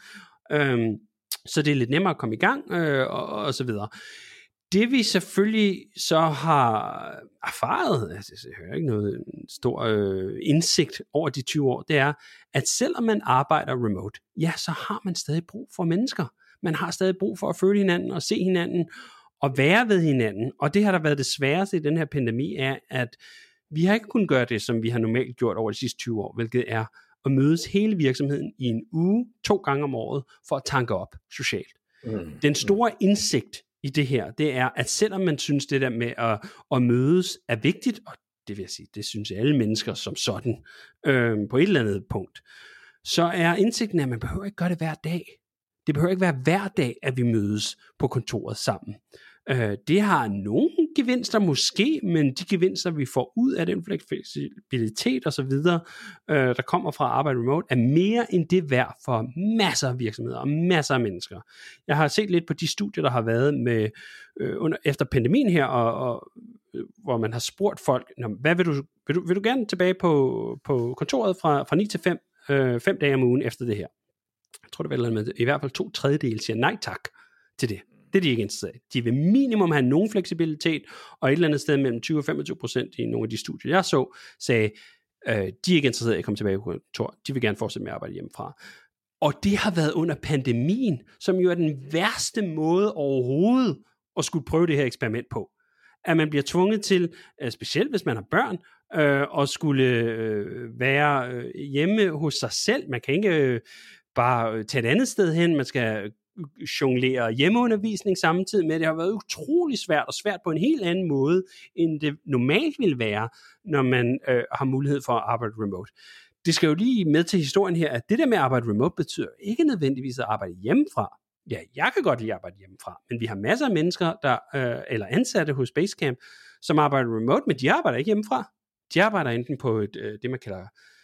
Så det er lidt nemmere at komme i gang, og så videre. Det vi selvfølgelig så har erfaret, altså jeg hører ikke noget stor indsigt over de 20 år, det er, at selvom man arbejder remote, ja, så har man stadig brug for mennesker. Man har stadig brug for at føle hinanden og se hinanden og være ved hinanden. Og det har der været det sværeste i den her pandemi, er, at vi har ikke kunnet gøre det, som vi har normalt gjort over de sidste 20 år, hvilket er at mødes hele virksomheden i en uge 2 gange om året for at tanke op socialt. Den store indsigt i det her, det er, at selvom man synes, det der med at mødes er vigtigt, og det vil jeg sige, det synes alle mennesker som sådan, på et eller andet punkt, så er indsigten, at man behøver ikke gøre det hver dag. Det behøver ikke være hver dag, at vi mødes på kontoret sammen. Det har nogle gevinster måske, men de gevinster, vi får ud af den fleksibilitet og så videre, der kommer fra at arbejde remote, er mere end det værd for masser af virksomheder og masser af mennesker. Jeg har set lidt på de studier, der har været med efter pandemien her, og hvor man har spurgt folk, hvad vil du gerne tilbage på kontoret fra 9 til 5 dage om ugen efter det her? Jeg tror, det var i hvert fald 2/3 siger nej tak til det. Det er de ikke interesseret i. De vil minimum have nogen fleksibilitet, og et eller andet sted mellem 20 og 25% i nogle af de studier, jeg så, sagde, de er ikke interesseret i at komme tilbage på kontor. De vil gerne fortsætte med at arbejde hjemmefra. Og det har været under pandemien, som jo er den værste måde overhovedet at skulle prøve det her eksperiment på. At man bliver tvunget til, specielt hvis man har børn, at skulle være hjemme hos sig selv. Man kan ikke bare tage et andet sted hen, man skal jonglere hjemmeundervisning samtidig med. Det har været utrolig svært, og svært på en helt anden måde, end det normalt ville være, når man har mulighed for at arbejde remote. Det skal jo lige med til historien her, at det der med at arbejde remote betyder ikke nødvendigvis at arbejde hjemmefra. Ja, jeg kan godt lide at arbejde hjemmefra, men vi har masser af mennesker, der eller ansatte hos Basecamp, som arbejder remote, men de arbejder ikke hjemmefra. De arbejder enten på et, det man kalder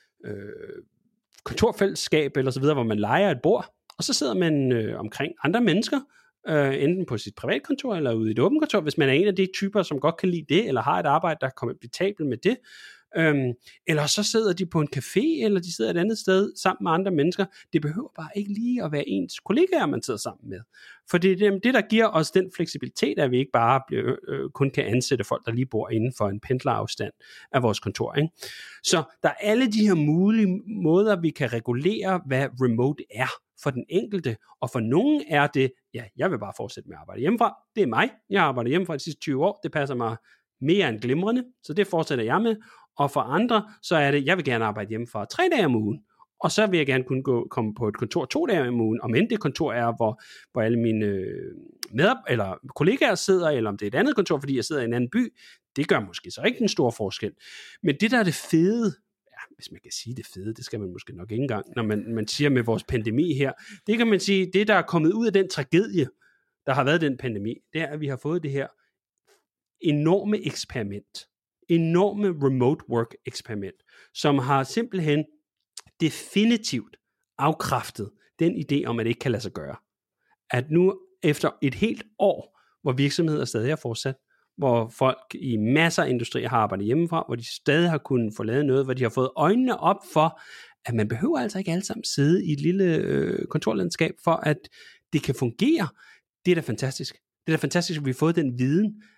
kontorfællesskab, eller så videre, hvor man lejer et bord, og så sidder man omkring andre mennesker, enten på sit privatkontor eller ude i et åbent kontor, hvis man er en af de typer, som godt kan lide det, eller har et arbejde, der er komfortabelt med det. Eller så sidder de på en café, eller de sidder et andet sted sammen med andre mennesker. Det behøver bare ikke lige at være ens kollegaer, man sidder sammen med. For det er det, der giver os den fleksibilitet, at vi ikke bare kun kan ansætte folk, der lige bor inden for en pendlerafstand af vores kontor. Ikke? Så der er alle de her mulige måder, vi kan regulere, hvad remote er for den enkelte, og for nogen er det, ja, jeg vil bare fortsætte med at arbejde hjemmefra. Det er mig. Jeg har arbejdet hjemmefra de sidste 20 år. Det passer mig mere end glimrende, så det fortsætter jeg med. Og for andre, så er det, jeg vil gerne arbejde hjemmefra 3 dage om ugen, og så vil jeg gerne kunne komme på et kontor 2 dage om ugen, om end det kontor er, hvor alle mine eller kollegaer sidder, eller om det er et andet kontor, fordi jeg sidder i en anden by, det gør måske så ikke en stor forskel. Men det der er det fede, hvis man kan sige det fede, det skal man måske nok ikke engang, når man siger med vores pandemi her, det kan man sige, det der er kommet ud af den tragedie, der har været den pandemi, det er, at vi har fået det her enorme eksperiment, enorme remote work eksperiment, som har simpelthen definitivt afkræftet den idé om, at det ikke kan lade sig gøre. At nu efter et helt år, hvor virksomheder stadig er fortsat, hvor folk i masser af industrier har arbejdet hjemmefra, hvor de stadig har kunnet få lavet noget, hvor de har fået øjnene op for, at man behøver altså ikke alle sammen sidde i et lille kontorlandskab, for at det kan fungere. Det er da fantastisk. Det er da fantastisk, at vi har fået den viden,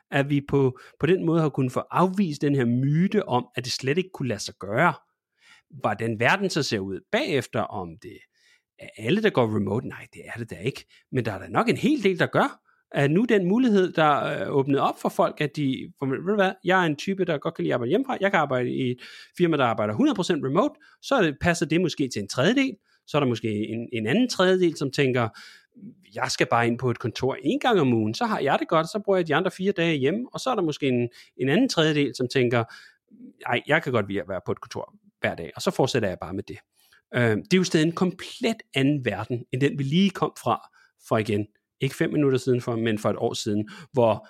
at vi på den måde har kunnet få afvist den her myte om, at det slet ikke kunne lade sig gøre. Hvordan verden så ser ud bagefter, om det er alle, der går remote, nej, det er det da ikke. Men der er da nok en hel del, der gør, at nu den mulighed, der er åbnet op for folk, at de, ved du hvad, jeg er en type, der godt kan lide at arbejde hjemmefra, jeg kan arbejde i et firma, der arbejder 100% remote, så passer det måske til en tredjedel, så er der måske en anden tredjedel, som tænker, jeg skal bare ind på et kontor en gang om ugen, så har jeg det godt, så bruger jeg de andre 4 dage hjemme, og så er der måske en anden tredjedel, som tænker, ej, jeg kan godt lide at være på et kontor hver dag, og så fortsætter jeg bare med det. Det er jo stadig en komplet anden verden, end den vi lige kom fra igen, ikke 5 minutter siden, men for et år siden, hvor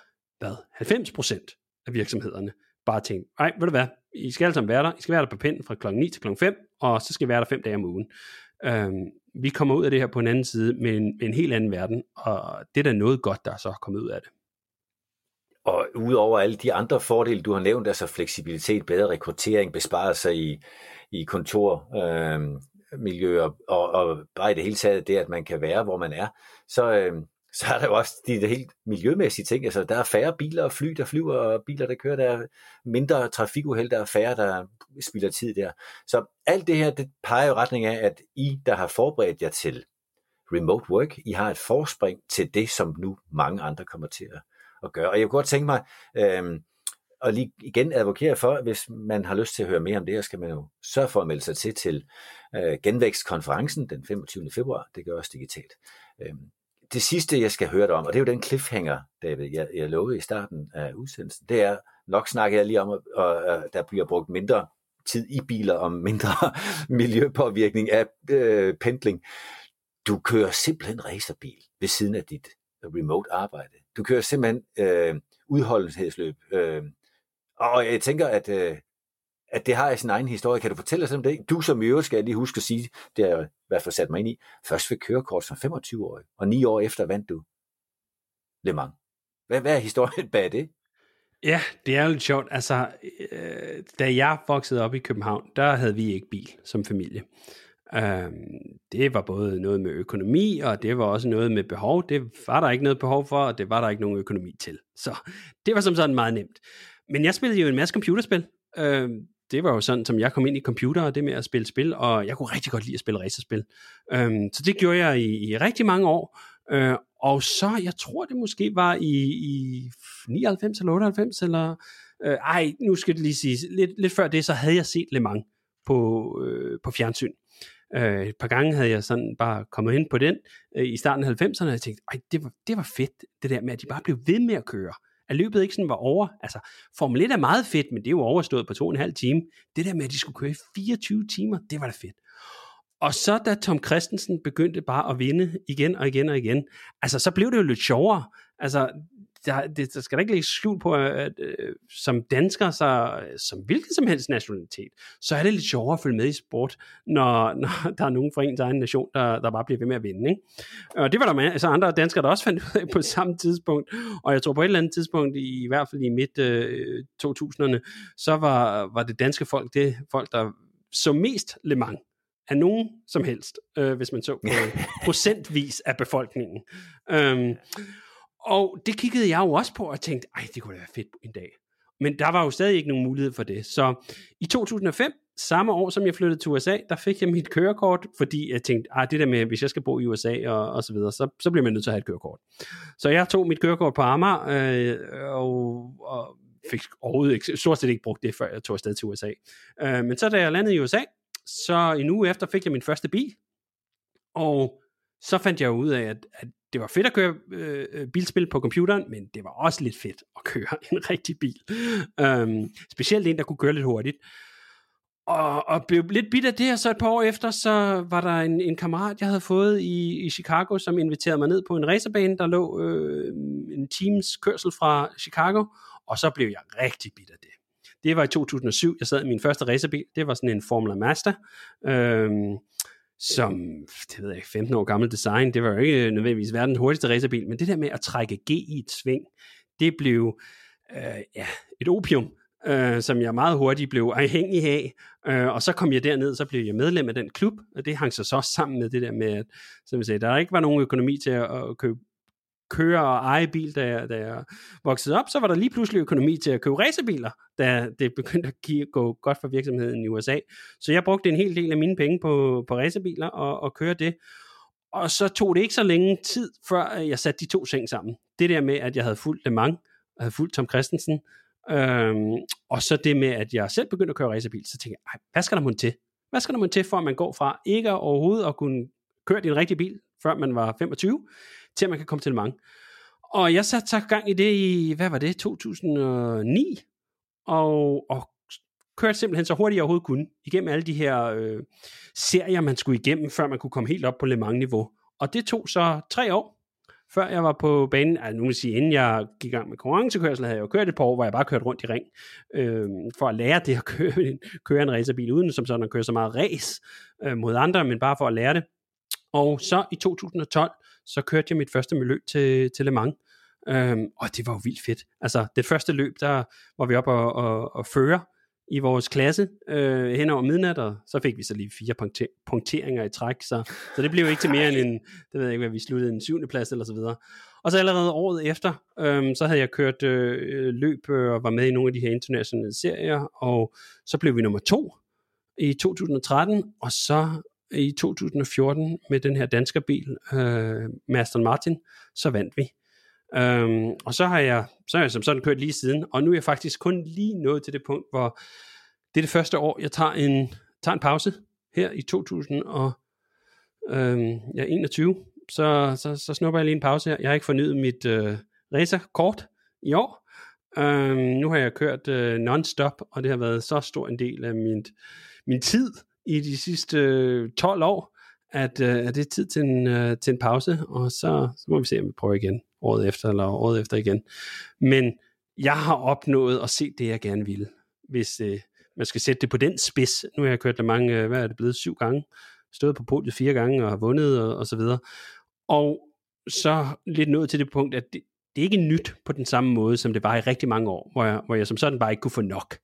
90% af virksomhederne bare tænkte, ej, ved du hvad, I skal alle sammen være der, I skal være der på pinden fra klokken 9 til klokken 5, og så skal I være der 5 dage om ugen. Vi kommer ud af det her på en anden side, med en helt anden verden, og det er da noget godt, der er så kommet ud af det. Og udover alle de andre fordele, du har nævnt, altså fleksibilitet, bedre rekruttering, besparelser i kontormiljøer, og bare i det hele taget det, at man kan være, hvor man er, så er der jo også de helt miljømæssige ting. Altså, der er færre biler og fly, der flyver, og biler, der kører, der er mindre trafikuheld, der er færre, der spilder tid der. Så alt det her, det peger jo retning af, at I, der har forberedt jer til remote work, I har et forspring til det, som nu mange andre kommer til at gøre. Og jeg kunne godt tænke mig at lige igen advokere for, hvis man har lyst til at høre mere om det, så skal man jo sørge for at melde sig til Genvækstkonferencen den 25. februar. Det gør også digitalt. Det sidste, jeg skal høre dig om, og det er jo den cliffhanger, David, jeg lovede i starten af udsendelsen, det er, nok snakker jeg lige om, at der bliver brugt mindre tid i biler og mindre miljøpåvirkning af pendling. Du kører simpelthen racerbil ved siden af dit remote arbejde. Du kører simpelthen udholdenhedsløb. Og jeg tænker, at det har sin egen historie. Kan du fortælle os om det? Du som i øvrigt, skal jeg lige huske at sige, det har jeg i hvert fald sat mig ind i, først fik kørekort som 25-årig, og 9 år efter vandt du Le Mans. Hvad er historien bag det? Ja, det er jo lidt sjovt. Altså, da jeg voksede op i København, der havde vi ikke bil som familie. Det var både noget med økonomi, og det var også noget med behov. Det var der ikke noget behov for, og det var der ikke nogen økonomi til. Så det var som sådan meget nemt. Men jeg spillede jo en masse computerspil. Det var jo sådan, som jeg kom ind i computer, og det med at spille spil, og jeg kunne rigtig godt lide at spille racerspil. Så det gjorde jeg i rigtig mange år. Og så, jeg tror det måske var i 99 eller 98, eller nu skal det lige sige, lidt før det, så havde jeg set Le Mans på fjernsyn. Et par gange havde jeg sådan bare kommet hen på den i starten af 90'erne, og jeg tænkte, det var fedt, det der med, at de bare blev ved med at køre. At løbet ikke sådan var over. Altså, Formel 1 er meget fedt, men det er jo overstået på 2,5 timer. Det der med, at de skulle køre i 24 timer, det var da fedt. Og så da Tom Kristensen begyndte bare at vinde igen og igen og igen, altså så blev det jo lidt sjovere. Altså, der skal da ikke lægge skjul på, at som dansker, som hvilken som helst nationalitet, så er det lidt sjovere at følge med i sport, når der er nogen fra ens egen nation, der bare bliver ved med at vinde. Ikke? Og det var der altså andre danskere, der også fandt ud af på samme tidspunkt. Og jeg tror på et eller andet tidspunkt, i hvert fald i midt 2000'erne, så var det danske folk, det folk, der så mest Le Mans af nogen som helst, hvis man så på procentvis af befolkningen. Og det kiggede jeg jo også på og tænkte, det kunne da være fedt en dag. Men der var jo stadig ikke nogen mulighed for det. Så i 2005, samme år som jeg flyttede til USA, der fik jeg mit kørekort, fordi jeg tænkte, det der med, hvis jeg skal bo i USA og så videre, så bliver man nødt til at have et kørekort. Så jeg tog mit kørekort på Amager, og fik overhovedet stort set ikke brugt det, før jeg tog afsted til USA. Men så da jeg landede i USA, så en uge efter fik jeg min første bil, og så fandt jeg ud af, at det var fedt at køre bilspil på computeren, men det var også lidt fedt at køre en rigtig bil. Specielt en, der kunne køre lidt hurtigt. Og blev lidt bidt af det, og så et par år efter, så var der en kammerat, jeg havde fået i Chicago, som inviterede mig ned på en racerbane, der lå en times kørsel fra Chicago, og så blev jeg rigtig bidt af det. Det var i 2007, jeg sad i min første racerbil, det var sådan en Formula Mazda, som, det ved jeg ikke, 15 år gammel design, det var jo ikke nødvendigvis verdens hurtigste racerbil, men det der med at trække G i et sving, det blev et opium, som jeg meget hurtigt blev afhængig af, og så kom jeg derned, så blev jeg medlem af den klub, og det hang så sammen med det der med, at som jeg sagde, der ikke var nogen økonomi til at købe køre og eje bil, da jeg voksede op, så var der lige pludselig økonomi til at købe racerbiler, da det begyndte at gå godt for virksomheden i USA. Så jeg brugte en hel del af mine penge på racerbiler og køre det. Og så tog det ikke så længe tid, før jeg satte de to ting sammen. Det der med, at jeg havde fulgt Le Mans, jeg havde fulgt Tom Kristensen, og så det med, at jeg selv begyndte at køre racerbil, så tænkte jeg, hvad skal der mon til? Hvad skal der mon til, for at man går fra ikke overhovedet at kunne køre din rigtige bil, før man var 25, til at man kan komme til Le Mans. Og jeg satte gang i det i, 2009, og kørte simpelthen så hurtigt jeg overhovedet kunne, igennem alle de her serier, man skulle igennem, før man kunne komme helt op på Le Mans-niveau. Og det tog så 3 år, før jeg var på banen. Altså, nu vil sige, inden jeg gik i gang med konkurrencekørsel, havde jeg jo kørt et par år, hvor jeg bare kørte rundt i ring, for at lære det at køre en racerbil, uden som sådan at køre så meget race mod andre, men bare for at lære det. Og så i 2012, så kørte jeg mit første løb til Le Mans, og det var jo vildt fedt. Altså, det første løb, der var vi oppe og føre i vores klasse hen over midnat, og så fik vi så lige 4 punkteringer i træk, så det blev jo ikke til mere end det ved jeg ikke, hvad vi sluttede, en 7. plads eller så videre. Og så allerede året efter, så havde jeg kørt løb og var med i nogle af de her internationale serier, og så blev vi nummer 2 i 2013, og så i 2014 med den her danske bil, med Aston Martin, så vandt vi. Og så har jeg som sådan kørt lige siden, og nu er jeg faktisk kun lige nået til det punkt, hvor det er det første år, jeg tager en pause her i 2021, så snupper jeg lige en pause her. Jeg har ikke fornyet mit racerkort i år. Nu har jeg kørt non-stop, og det har været så stor en del af min tid i de sidste 12 år, at det er tid til en pause, og så må vi se, om vi prøver igen året efter, eller året efter igen. Men jeg har opnået at se det, jeg gerne ville, hvis man skal sætte det på den spids. Nu har jeg kørt Le Mans, hvad er det blevet, 7 gange, stået på podiet 4 gange, og har vundet, og så videre. Og så lidt nået til det punkt, at det er ikke nyt på den samme måde, som det var i rigtig mange år, hvor jeg som sådan bare ikke kunne få nok.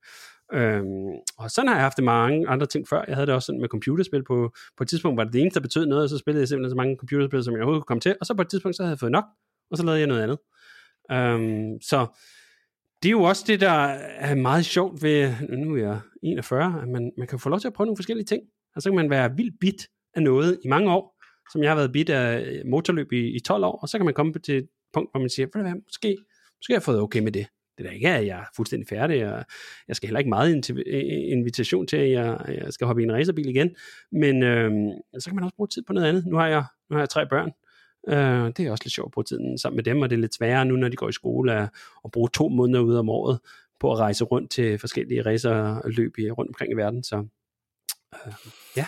Og sådan har jeg haft mange andre ting før. Jeg havde det også sådan med computerspil på et tidspunkt, var det eneste, der betød noget, og så spillede jeg simpelthen så mange computerspil, som jeg overhovedet kunne komme til, og så på et tidspunkt, så havde jeg fået nok, og så lavede jeg noget andet. Så det er jo også det, der er meget sjovt ved, nu er jeg 41, at man kan få lov til at prøve nogle forskellige ting, og så kan man være vildt bit af noget i mange år, som jeg har været bit af motorløb i 12 år, og så kan man komme til et punkt, hvor man siger, måske har jeg fået okay med det. Det er da ikke, at jeg er fuldstændig færdig, og jeg skal heller ikke meget invitation til, at jeg skal hoppe i en racerbil igen, men så kan man også bruge tid på noget andet. Nu har jeg 3 børn, det er også lidt sjovt at bruge tiden sammen med dem, og det er lidt sværere nu, når de går i skole, at bruge 2 måneder ude om året på at rejse rundt til forskellige racerløb rundt omkring i verden, så ja.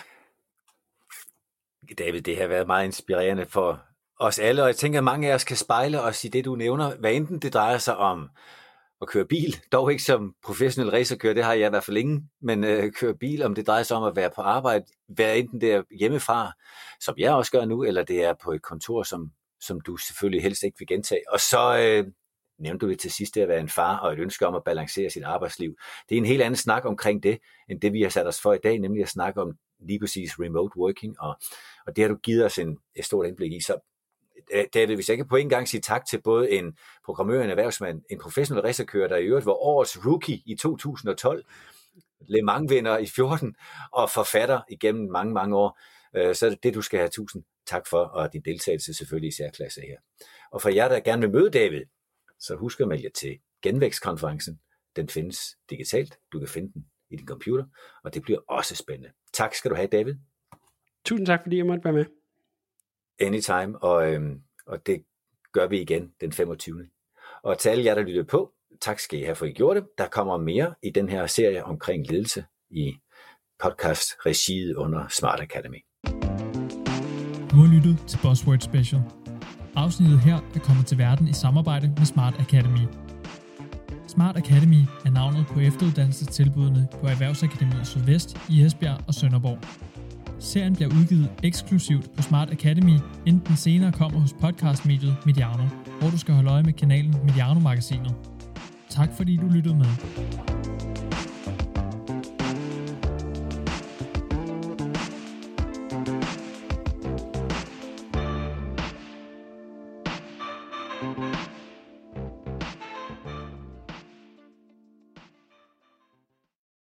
David, det har været meget inspirerende for os alle, og jeg tænker, at mange af os kan spejle os i det, du nævner, hvad enten det drejer sig om at køre bil, dog ikke som professionel racerkører, det har jeg i hvert fald ingen, men køre bil, om det drejer sig om at være på arbejde, hvad enten det er hjemmefra, som jeg også gør nu, eller det er på et kontor, som du selvfølgelig helst ikke vil gentage. Og så nævnte du det til sidst, det at være en far og et ønske om at balancere sit arbejdsliv. Det er en helt anden snak omkring det, end det vi har sat os for i dag, nemlig at snakke om lige præcis remote working, og det har du givet os et stort indblik i. Så David, hvis jeg kan på en gang sige tak til både en programmør, en erhvervsmand, en professionel racerkører, der i øvrigt var årets rookie i 2012, Le Mans-vinder i 14 og forfatter igennem mange, mange år, så er det, du skal have 1000 tak for, og din deltagelse selvfølgelig i særklasse her. Og for jer, der gerne vil møde David, så husk at melde jer til Genvækstkonferencen. Den findes digitalt. Du kan finde den i din computer, og det bliver også spændende. Tak skal du have, David. Tusind tak, fordi jeg måtte være med. Anytime, og det gør vi igen den 25. Og til alle jer, der lytter på, tak skal I have, for I gjorde det. Der kommer mere i den her serie omkring ledelse i podcast-regiet under Smart Academy. Du har lyttet til Buzzword Special. Afsnittet her er kommet til verden i samarbejde med Smart Academy. Smart Academy er navnet på efteruddannelsestilbudene på Erhvervsakademiet Sydvest i Esbjerg og Sønderborg. Serien bliver udgivet eksklusivt på Smart Academy, inden den senere kommer hos podcastmediet Mediano, hvor du skal holde øje med kanalen Mediano-magasinet. Tak fordi du lyttede med.